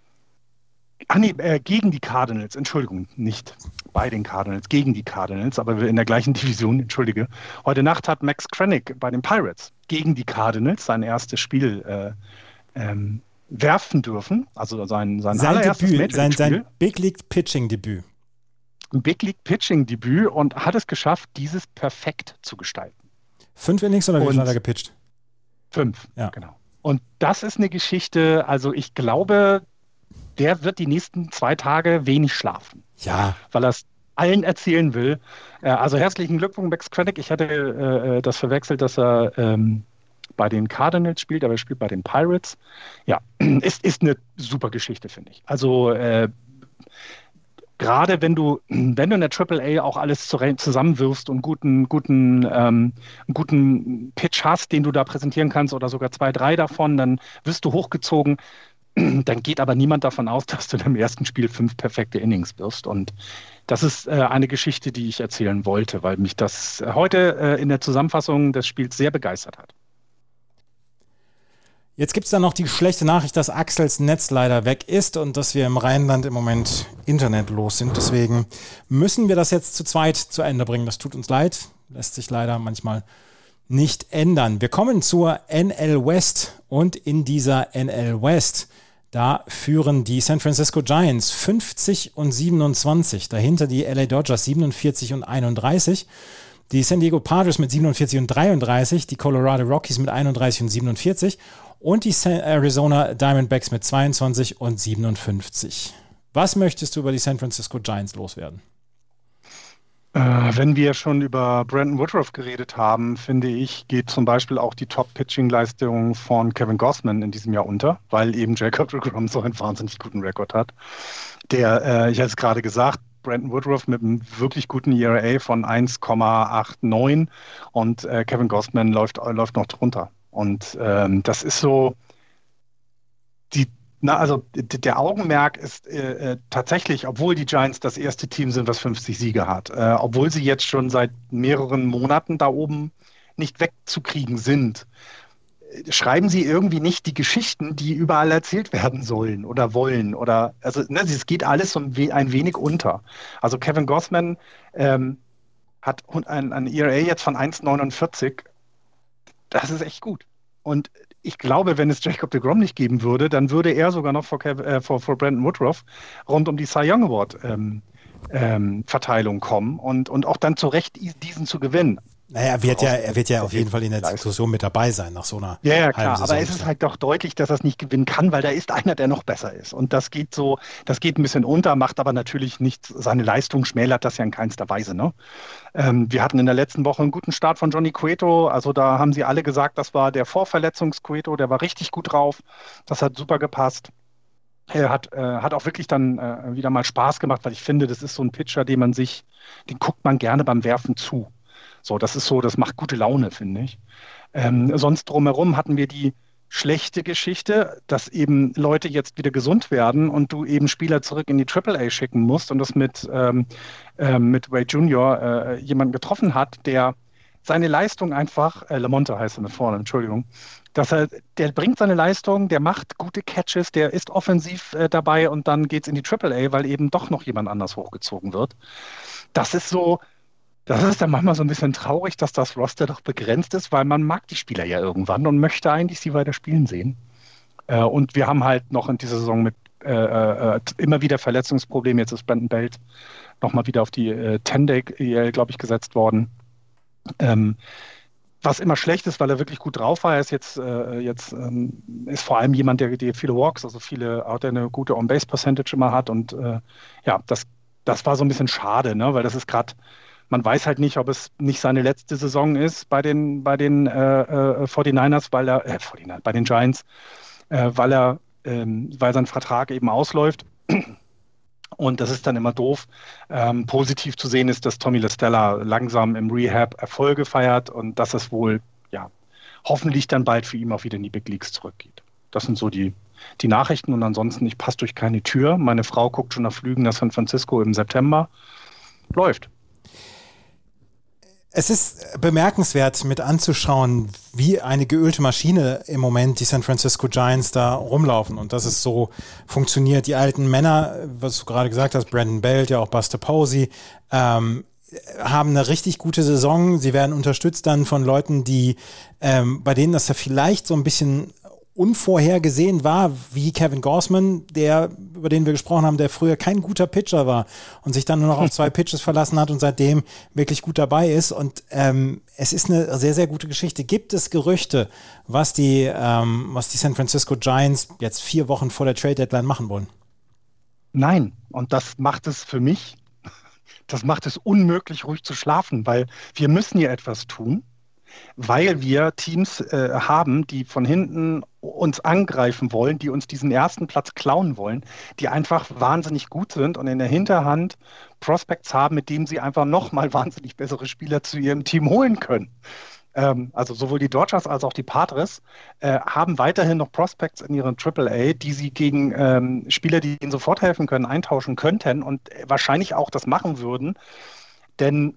Ach nee, äh, gegen die Cardinals, Entschuldigung, nicht bei den Cardinals, gegen die Cardinals, aber in der gleichen Division, entschuldige. Heute Nacht hat Max Krenick bei den Pirates gegen die Cardinals sein erstes Spiel äh, ähm, werfen dürfen, also sein, sein, sein allererstes Debüt, sein, sein Big League Pitching Debüt. Ein Big League Pitching Debüt und hat es geschafft, dieses perfekt zu gestalten. Fünf Innings oder wie viel hat er gepitcht? Fünf, ja. Genau. Und das ist eine Geschichte, also ich glaube, der wird die nächsten zwei Tage wenig schlafen. Ja. Weil er es allen erzählen will. Also herzlichen Glückwunsch, Max Krenick. Ich hatte äh, das verwechselt, dass er ähm, bei den Cardinals spielt, aber er spielt bei den Pirates. Ja, ist, ist eine super Geschichte, finde ich. Also äh, gerade wenn du, wenn du in der Triple A auch alles zusammenwirfst und guten, guten, ähm, einen guten Pitch hast, den du da präsentieren kannst oder sogar zwei, drei davon, dann wirst du hochgezogen. Dann geht aber niemand davon aus, dass du im ersten Spiel fünf perfekte Innings wirst. Und das ist äh, eine Geschichte, die ich erzählen wollte, weil mich das heute äh, in der Zusammenfassung des Spiels sehr begeistert hat. Jetzt gibt es dann noch die schlechte Nachricht, dass Axels Netz leider weg ist und dass wir im Rheinland im Moment internetlos sind. Deswegen müssen wir das jetzt zu zweit zu Ende bringen. Das tut uns leid, lässt sich leider manchmal nicht ändern. Wir kommen zur N L West und in dieser N L West, da führen die San Francisco Giants fünfzig und siebenundzwanzig, dahinter die L A Dodgers siebenundvierzig und einunddreißig. Die San Diego Padres mit siebenundvierzig und dreiunddreißig, die Colorado Rockies mit einunddreißig und siebenundvierzig und die Arizona Diamondbacks mit zweiundzwanzig und siebenundfünfzig. Was möchtest du über die San Francisco Giants loswerden? Äh, wenn wir schon über Brandon Woodruff geredet haben, finde ich, geht zum Beispiel auch die Top-Pitching-Leistung von Kevin Gausman in diesem Jahr unter, weil eben Jacob deGrom so einen wahnsinnig guten Rekord hat. Der, äh, ich hatte es gerade gesagt, Brandon Woodruff mit einem wirklich guten E R A von eins Komma neunundachtzig und äh, Kevin Gausman läuft, läuft noch drunter. Und ähm, das ist so, die, na, also d- der Augenmerk ist äh, tatsächlich, obwohl die Giants das erste Team sind, was fünfzig Siege hat, äh, obwohl sie jetzt schon seit mehreren Monaten da oben nicht wegzukriegen sind, schreiben sie irgendwie nicht die Geschichten, die überall erzählt werden sollen oder wollen. Oder also ne, es geht alles so ein, we- ein wenig unter. Also Kevin Gausman ähm, hat ein, ein E R A jetzt von eins Komma neunundvierzig. Das ist echt gut. Und ich glaube, wenn es Jacob deGrom nicht geben würde, dann würde er sogar noch vor, Kev, äh, vor, vor Brandon Woodruff rund um die Cy Young Award ähm, ähm, Verteilung kommen und, und auch dann zu Recht diesen zu gewinnen. Naja, er wird ja, er wird ja auf jeden Fall in der Diskussion mit dabei sein nach so einer Ja, ja, halben klar. Saison. Aber es ist halt doch deutlich, dass er es nicht gewinnen kann, weil da ist einer, der noch besser ist. Und das geht so, das geht ein bisschen unter, macht aber natürlich nicht seine Leistung, schmälert das ja in keinster Weise. Ne? Ähm, wir hatten in der letzten Woche einen guten Start von Johnny Cueto. Also da haben sie alle gesagt, das war der Vorverletzungs-Cueto, der war richtig gut drauf. Das hat super gepasst. Er hat, äh, hat auch wirklich dann äh, wieder mal Spaß gemacht, weil ich finde, das ist so ein Pitcher, den man sich, den guckt man gerne beim Werfen zu. So, das ist so, das macht gute Laune, finde ich. Ähm, sonst drumherum hatten wir die schlechte Geschichte, dass eben Leute jetzt wieder gesund werden und du eben Spieler zurück in die Triple A schicken musst und das mit, ähm, äh, mit Wade Junior äh, jemanden getroffen hat, der seine Leistung einfach, äh, Lamonte heißt er mit vorne, Entschuldigung, dass er, der bringt seine Leistung, der macht gute Catches, der ist offensiv äh, dabei und dann geht's in die Triple A, weil eben doch noch jemand anders hochgezogen wird. Das ist so, das ist dann manchmal so ein bisschen traurig, dass das Roster doch begrenzt ist, weil man mag die Spieler ja irgendwann und möchte eigentlich sie weiter spielen sehen. Äh, und wir haben halt noch in dieser Saison mit äh, äh, immer wieder Verletzungsproblemen. Jetzt ist Brandon Belt nochmal wieder auf die äh, zehn-Day-E L, glaube ich, gesetzt worden. Ähm, was immer schlecht ist, weil er wirklich gut drauf war. Er ist jetzt, äh, jetzt ähm, ist vor allem jemand, der, der viele Walks, also viele, auch der eine gute On-Base-Percentage immer hat. Und äh, ja, das, das war so ein bisschen schade, ne? Weil das ist gerade, man weiß halt nicht, ob es nicht seine letzte Saison ist bei den, bei den äh, äh, forty-niners, weil er, äh, forty-nine, bei den Giants, äh, weil er, ähm, weil sein Vertrag eben ausläuft. Und das ist dann immer doof. Ähm, positiv zu sehen ist, dass Tommy La Stella langsam im Rehab Erfolge feiert und dass es wohl, ja, hoffentlich dann bald für ihn auch wieder in die Big Leagues zurückgeht. Das sind so die, die Nachrichten und ansonsten, ich passe durch keine Tür. Meine Frau guckt schon nach Flügen nach San Francisco im September. Läuft. Es ist bemerkenswert mit anzuschauen, wie eine geölte Maschine im Moment die San Francisco Giants da rumlaufen und dass es so funktioniert. Die alten Männer, was du gerade gesagt hast, Brandon Belt, ja auch Buster Posey, ähm, haben eine richtig gute Saison. Sie werden unterstützt dann von Leuten, die ähm, bei denen das ja vielleicht so ein bisschen unvorhergesehen war, wie Kevin Gausman, der, über den wir gesprochen haben, der früher kein guter Pitcher war und sich dann nur noch auf zwei Pitches verlassen hat und seitdem wirklich gut dabei ist. Und ähm, es ist eine sehr, sehr gute Geschichte. Gibt es Gerüchte, was die, ähm, was die San Francisco Giants jetzt vier Wochen vor der Trade-Deadline machen wollen? Nein, und das macht es für mich, das macht es unmöglich, ruhig zu schlafen, weil wir müssen hier etwas tun, weil wir Teams äh, haben, die von hinten uns angreifen wollen, die uns diesen ersten Platz klauen wollen, die einfach wahnsinnig gut sind und in der Hinterhand Prospects haben, mit denen sie einfach nochmal wahnsinnig bessere Spieler zu ihrem Team holen können. Ähm, also sowohl die Dodgers als auch die Padres äh, haben weiterhin noch Prospects in ihren Triple A, die sie gegen ähm, Spieler, die ihnen sofort helfen können, eintauschen könnten und wahrscheinlich auch das machen würden, denn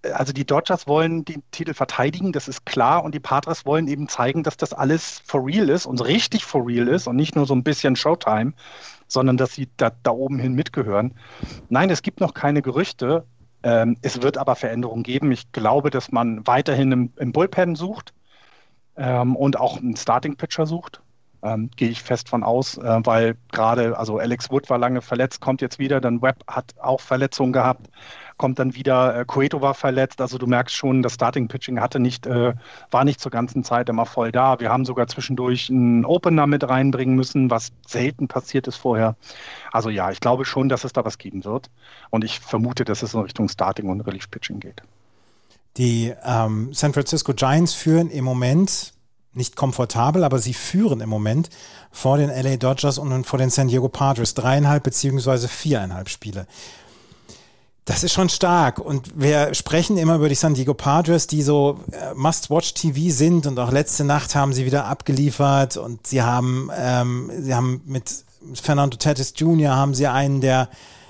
also die Dodgers wollen den Titel verteidigen, das ist klar, und die Padres wollen eben zeigen, dass das alles for real ist und richtig for real ist und nicht nur so ein bisschen Showtime, sondern dass sie da, da oben hin mitgehören. Nein, es gibt noch keine Gerüchte. Ähm, es wird aber Veränderungen geben. Ich glaube, dass man weiterhin im, im Bullpen sucht ähm, und auch einen Starting-Pitcher sucht. Ähm, gehe ich fest von aus, äh, weil gerade, also Alex Wood war lange verletzt, kommt jetzt wieder, dann Webb hat auch Verletzungen gehabt, kommt dann wieder, äh, Cueto war verletzt, also du merkst schon, das Starting-Pitching hatte nicht, äh, war nicht zur ganzen Zeit immer voll da. Wir haben sogar zwischendurch einen Opener mit reinbringen müssen, was selten passiert ist vorher. Also ja, ich glaube schon, dass es da was geben wird und ich vermute, dass es in Richtung Starting und Relief-Pitching geht. Die ähm, San Francisco Giants führen im Moment nicht komfortabel, aber sie führen im Moment vor den L A Dodgers und vor den San Diego Padres dreieinhalb beziehungsweise viereinhalb Spiele. Das ist schon stark und wir sprechen immer über die San Diego Padres, die so äh, Must-Watch-T V sind und auch letzte Nacht haben sie wieder abgeliefert und sie haben, ähm, sie haben mit Fernando Tatis Junior haben sie einen, der,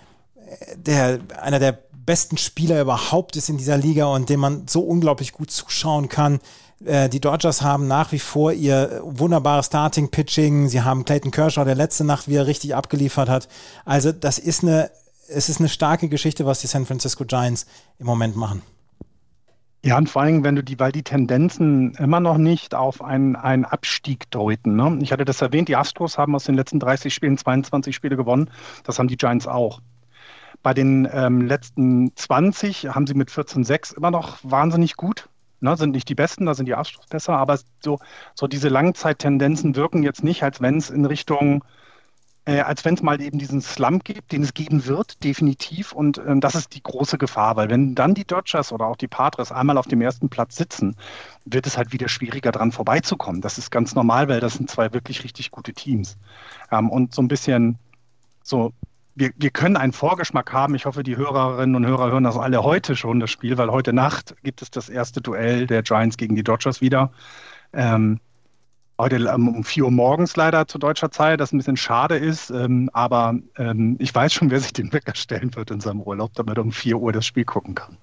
der einer der besten Spieler überhaupt ist in dieser Liga und dem man so unglaublich gut zuschauen kann. Die Dodgers haben nach wie vor ihr wunderbares Starting-Pitching. Sie haben Clayton Kershaw, der letzte Nacht wieder richtig abgeliefert hat. Also das ist eine, es ist eine starke Geschichte, was die San Francisco Giants im Moment machen. Ja, und vor allem, wenn du die, weil die Tendenzen immer noch nicht auf einen, einen Abstieg deuten. Ne? Ich hatte das erwähnt, die Astros haben aus den letzten dreißig Spielen zweiundzwanzig Spiele gewonnen. Das haben die Giants auch. Bei den ähm, letzten zwanzig haben sie mit vierzehn sechs immer noch wahnsinnig gut. Ne, sind nicht die Besten, da sind die Astros besser, aber so, so diese Langzeittendenzen wirken jetzt nicht, als wenn es in Richtung, äh, als wenn es mal eben diesen Slump gibt, den es geben wird, definitiv. Und äh, das ist die große Gefahr, weil wenn dann die Dodgers oder auch die Padres einmal auf dem ersten Platz sitzen, wird es halt wieder schwieriger, dran vorbeizukommen. Das ist ganz normal, weil das sind zwei wirklich richtig gute Teams. Ähm, und so ein bisschen so... Wir, wir können einen Vorgeschmack haben. Ich hoffe, die Hörerinnen und Hörer hören das alle heute schon, das Spiel, weil heute Nacht gibt es das erste Duell der Giants gegen die Dodgers wieder. Ähm, heute ähm, um vier Uhr morgens leider zu deutscher Zeit, das ein bisschen schade ist. Ähm, aber ähm, ich weiß schon, wer sich den Wecker stellen wird in seinem Urlaub, damit er um vier Uhr das Spiel gucken kann.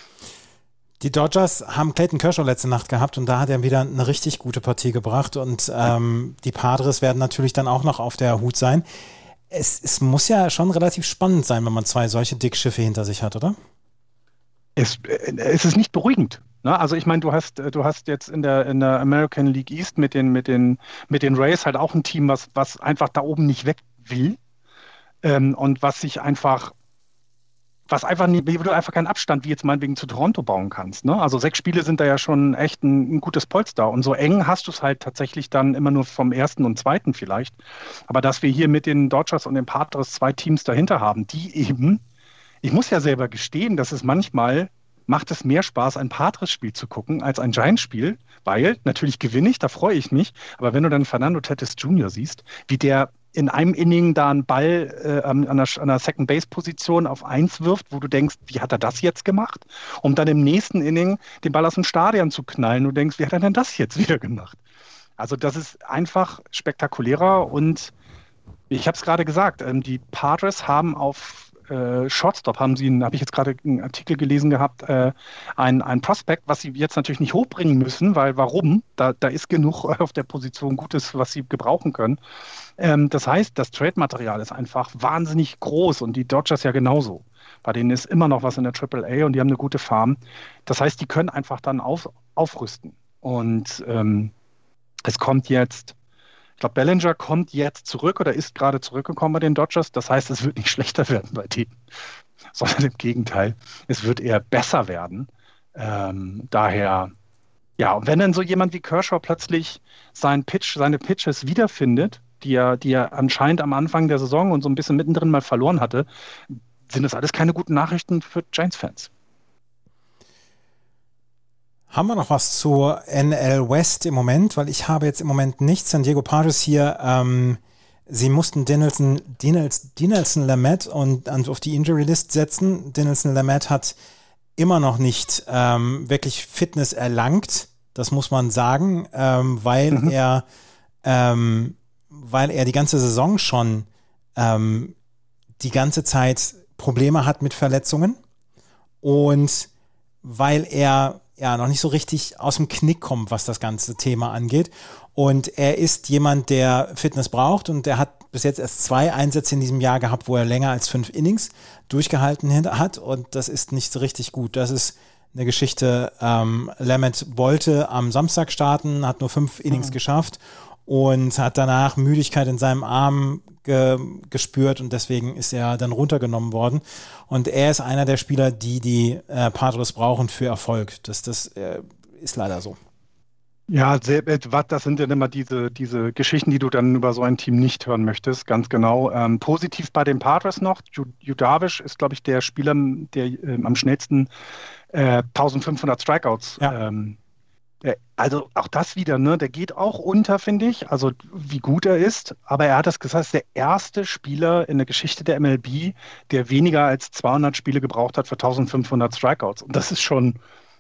Die Dodgers haben Clayton Kershaw letzte Nacht gehabt und da hat er wieder eine richtig gute Partie gebracht. Und ähm, die Padres werden natürlich dann auch noch auf der Hut sein. Es, es muss ja schon relativ spannend sein, wenn man zwei solche Dickschiffe hinter sich hat, oder? Es, es ist nicht beruhigend. Ne? Also ich meine, du hast, du hast jetzt in der, in der American League East mit den, mit den, mit den Rays halt auch ein Team, was, was einfach da oben nicht weg will ähm, und was sich einfach, was einfach nicht, wie du einfach keinen Abstand wie jetzt meinetwegen zu Toronto bauen kannst. Ne? Also sechs Spiele sind da ja schon echt ein, ein gutes Polster und so eng hast du es halt tatsächlich dann immer nur vom ersten und zweiten vielleicht. Aber dass wir hier mit den Dodgers und den Padres zwei Teams dahinter haben, die eben, ich muss ja selber gestehen, dass es manchmal macht es mehr Spaß, ein Padres-Spiel zu gucken, als ein Giants-Spiel, weil natürlich gewinne ich, da freue ich mich, aber wenn du dann Fernando Tatis Junior siehst, wie der in einem Inning da einen Ball äh, an einer, an einer Second-Base-Position auf eins wirft, wo du denkst, wie hat er das jetzt gemacht? Um dann im nächsten Inning den Ball aus dem Stadion zu knallen. Du denkst, wie hat er denn das jetzt wieder gemacht? Also das ist einfach spektakulärer und ich habe es gerade gesagt, ähm, die Padres haben auf äh, Shortstop, haben sie, habe ich jetzt gerade einen Artikel gelesen gehabt, äh, ein, ein Prospect, was sie jetzt natürlich nicht hochbringen müssen, weil warum? Da, da ist genug auf der Position Gutes, was sie gebrauchen können. Ähm, das heißt, das Trade-Material ist einfach wahnsinnig groß und die Dodgers ja genauso. Bei denen ist immer noch was in der Triple A und die haben eine gute Farm. Das heißt, die können einfach dann auf, aufrüsten. Und ähm, es kommt jetzt, ich glaube, Bellinger kommt jetzt zurück oder ist gerade zurückgekommen bei den Dodgers. Das heißt, es wird nicht schlechter werden bei denen, sondern im Gegenteil, es wird eher besser werden. Ähm, daher, ja, und wenn dann so jemand wie Kershaw plötzlich seinen Pitch, seine Pitches wiederfindet, die er, die er anscheinend am Anfang der Saison und so ein bisschen mittendrin mal verloren hatte, sind das alles keine guten Nachrichten für Giants-Fans. Haben wir noch was zur N L West im Moment? Weil ich habe jetzt im Moment nichts. San Diego Padres hier, ähm, sie mussten Dinelson, Dinelson, Dinelson Lamet und, und auf die Injury List setzen. Dinelson Lamet hat immer noch nicht ähm, wirklich Fitness erlangt. Das muss man sagen, ähm, weil mhm. er ähm, weil er die ganze Saison schon ähm, die ganze Zeit Probleme hat mit Verletzungen und weil er ja noch nicht so richtig aus dem Knick kommt, was das ganze Thema angeht. Und er ist jemand, der Fitness braucht, und er hat bis jetzt erst zwei Einsätze in diesem Jahr gehabt, wo er länger als fünf Innings durchgehalten hat, und das ist nicht so richtig gut. Das ist eine Geschichte. ähm, Lamet wollte am Samstag starten, hat nur fünf Innings mhm. geschafft und hat danach Müdigkeit in seinem Arm ge- gespürt, und deswegen ist er dann runtergenommen worden. Und er ist einer der Spieler, die die äh, Padres brauchen für Erfolg. Das, das äh, ist leider so. Ja, sehr, das sind ja immer diese, diese Geschichten, die du dann über so ein Team nicht hören möchtest, ganz genau. Ähm, positiv bei den Padres noch, Yu Darvish ist, glaube ich, der Spieler, der äh, am schnellsten äh, eintausendfünfhundert Strikeouts ja. ähm, der, also auch das wieder, ne, der geht auch unter, finde ich, also wie gut er ist, aber er hat das gesagt, ist der erste Spieler in der Geschichte der M L B, der weniger als zweihundert Spiele gebraucht hat für eintausendfünfhundert Strikeouts, und das ist schon,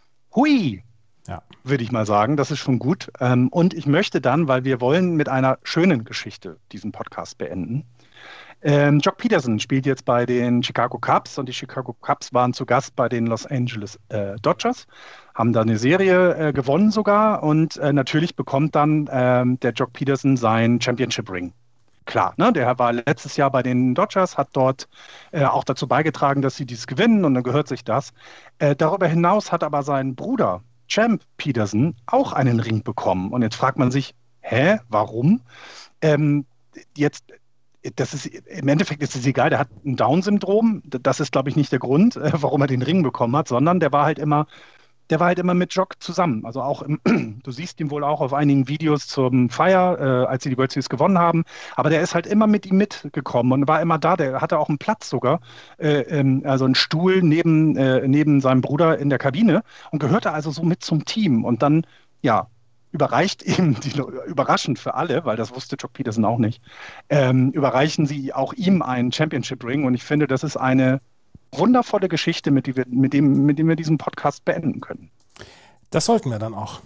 hui, ja. würde ich mal sagen, das ist schon gut. Ähm, und ich möchte dann, weil wir wollen mit einer schönen Geschichte diesen Podcast beenden. Ähm, Joc Pederson spielt jetzt bei den Chicago Cubs, und die Chicago Cubs waren zu Gast bei den Los Angeles äh, Dodgers, haben da eine Serie äh, gewonnen sogar, und äh, natürlich bekommt dann ähm, der Joc Pederson seinen Championship Ring. Klar, ne? Der war letztes Jahr bei den Dodgers, hat dort äh, auch dazu beigetragen, dass sie dies gewinnen, und dann gehört sich das. Äh, darüber hinaus hat aber sein Bruder Champ Pederson auch einen Ring bekommen, und jetzt fragt man sich, hä, warum? Ähm, jetzt Das ist, im Endeffekt ist es egal, der hat ein Down-Syndrom. Das ist, glaube ich, nicht der Grund, äh, warum er den Ring bekommen hat, sondern der war halt immer, der war halt immer mit Joc zusammen. Also auch, im, du siehst ihn wohl auch auf einigen Videos zum Feier, äh, als sie die World Series gewonnen haben. Aber der ist halt immer mit ihm mitgekommen und war immer da. Der hatte auch einen Platz sogar, äh, ähm, also einen Stuhl neben, äh, neben seinem Bruder in der Kabine, und gehörte also so mit zum Team. Und dann, ja, überreicht ihm, die, überraschend für alle, weil das wusste Joc Pederson auch nicht, ähm, überreichen sie auch ihm einen Championship Ring, und ich finde, das ist eine wundervolle Geschichte, mit, die wir, mit, dem, mit dem wir diesen Podcast beenden können. Das sollten wir dann auch.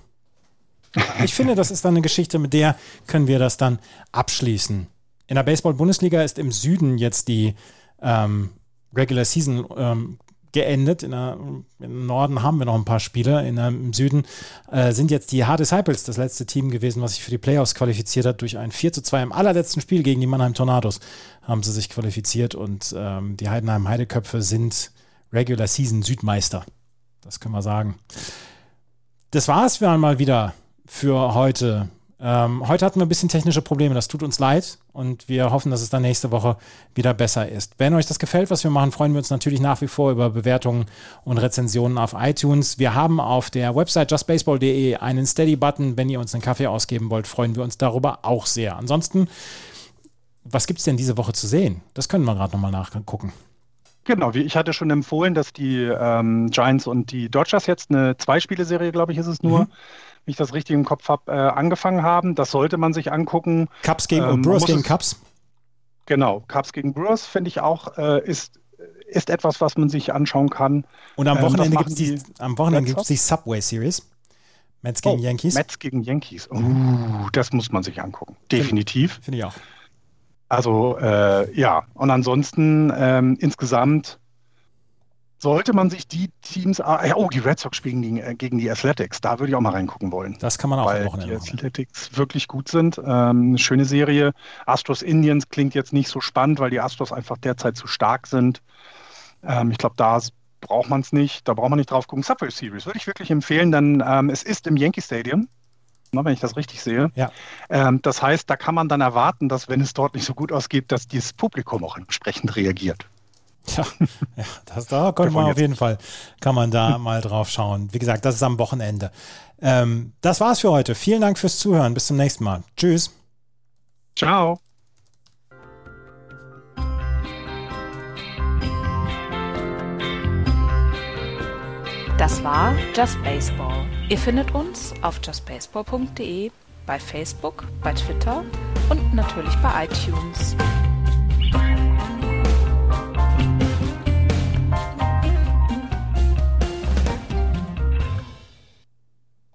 Ich finde, das ist dann eine Geschichte, mit der können wir das dann abschließen. In der Baseball-Bundesliga ist im Süden jetzt die ähm, Regular Season ähm, geendet. In der, im Norden haben wir noch ein paar Spieler. In der, Im Süden äh, sind jetzt die Hard Disciples das letzte Team gewesen, was sich für die Playoffs qualifiziert hat. Durch ein vier zu zwei im allerletzten Spiel gegen die Mannheim Tornados haben sie sich qualifiziert, und ähm, die Heidenheim Heideköpfe sind Regular Season Südmeister. Das können wir sagen. Das war es mal wieder für heute. Ähm, heute hatten wir ein bisschen technische Probleme, das tut uns leid, und wir hoffen, dass es dann nächste Woche wieder besser ist. Wenn euch das gefällt, was wir machen, freuen wir uns natürlich nach wie vor über Bewertungen und Rezensionen auf iTunes. Wir haben auf der Website just baseball punkt de einen Steady-Button. Wenn ihr uns einen Kaffee ausgeben wollt, freuen wir uns darüber auch sehr. Ansonsten, was gibt es denn diese Woche zu sehen? Das können wir gerade nochmal nachgucken. Genau, wie ich hatte schon empfohlen, dass die ähm, Giants und die Dodgers jetzt eine Zwei-Spiele-Serie, glaube ich, ist es nur, mhm. wenn ich das richtig im Kopf habe, äh, angefangen haben. Das sollte man sich angucken. Cubs gegen ähm, Brewers gegen Cubs? Genau, Cubs gegen Brewers, finde ich auch, äh, ist, ist etwas, was man sich anschauen kann. Und am Wochenende ähm, gibt es die, am Wochenende gibt's die Subway Series. Mets gegen oh, Yankees. Mets gegen Yankees. Uh, das muss man sich angucken. Definitiv. Finde find ich auch. Also, äh, ja. Und ansonsten ähm, insgesamt sollte man sich die Teams, ah, oh, die Red Sox spielen gegen, äh, gegen die Athletics, da würde ich auch mal reingucken wollen. Das kann man auch weil am Wochenende die Athletics machen. Wirklich gut sind. Ähm, eine schöne Serie. Astros Indians klingt jetzt nicht so spannend, weil die Astros einfach derzeit zu stark sind. Ähm, ich glaube, da braucht man es nicht, da braucht man nicht drauf gucken. Subway Series würde ich wirklich empfehlen, denn ähm, es ist im Yankee Stadium, na, wenn ich das richtig sehe. Ja. Ähm, das heißt, da kann man dann erwarten, dass, wenn es dort nicht so gut ausgeht, dass dieses Publikum auch entsprechend reagiert. Ja, ja das, da kann man auf jeden Fall, kann man da mal drauf schauen. Wie gesagt, das ist am Wochenende. Ähm, das war's für heute. Vielen Dank fürs Zuhören. Bis zum nächsten Mal. Tschüss. Ciao. Das war Just Baseball. Ihr findet uns auf just baseball punkt de, bei Facebook, bei Twitter und natürlich bei iTunes.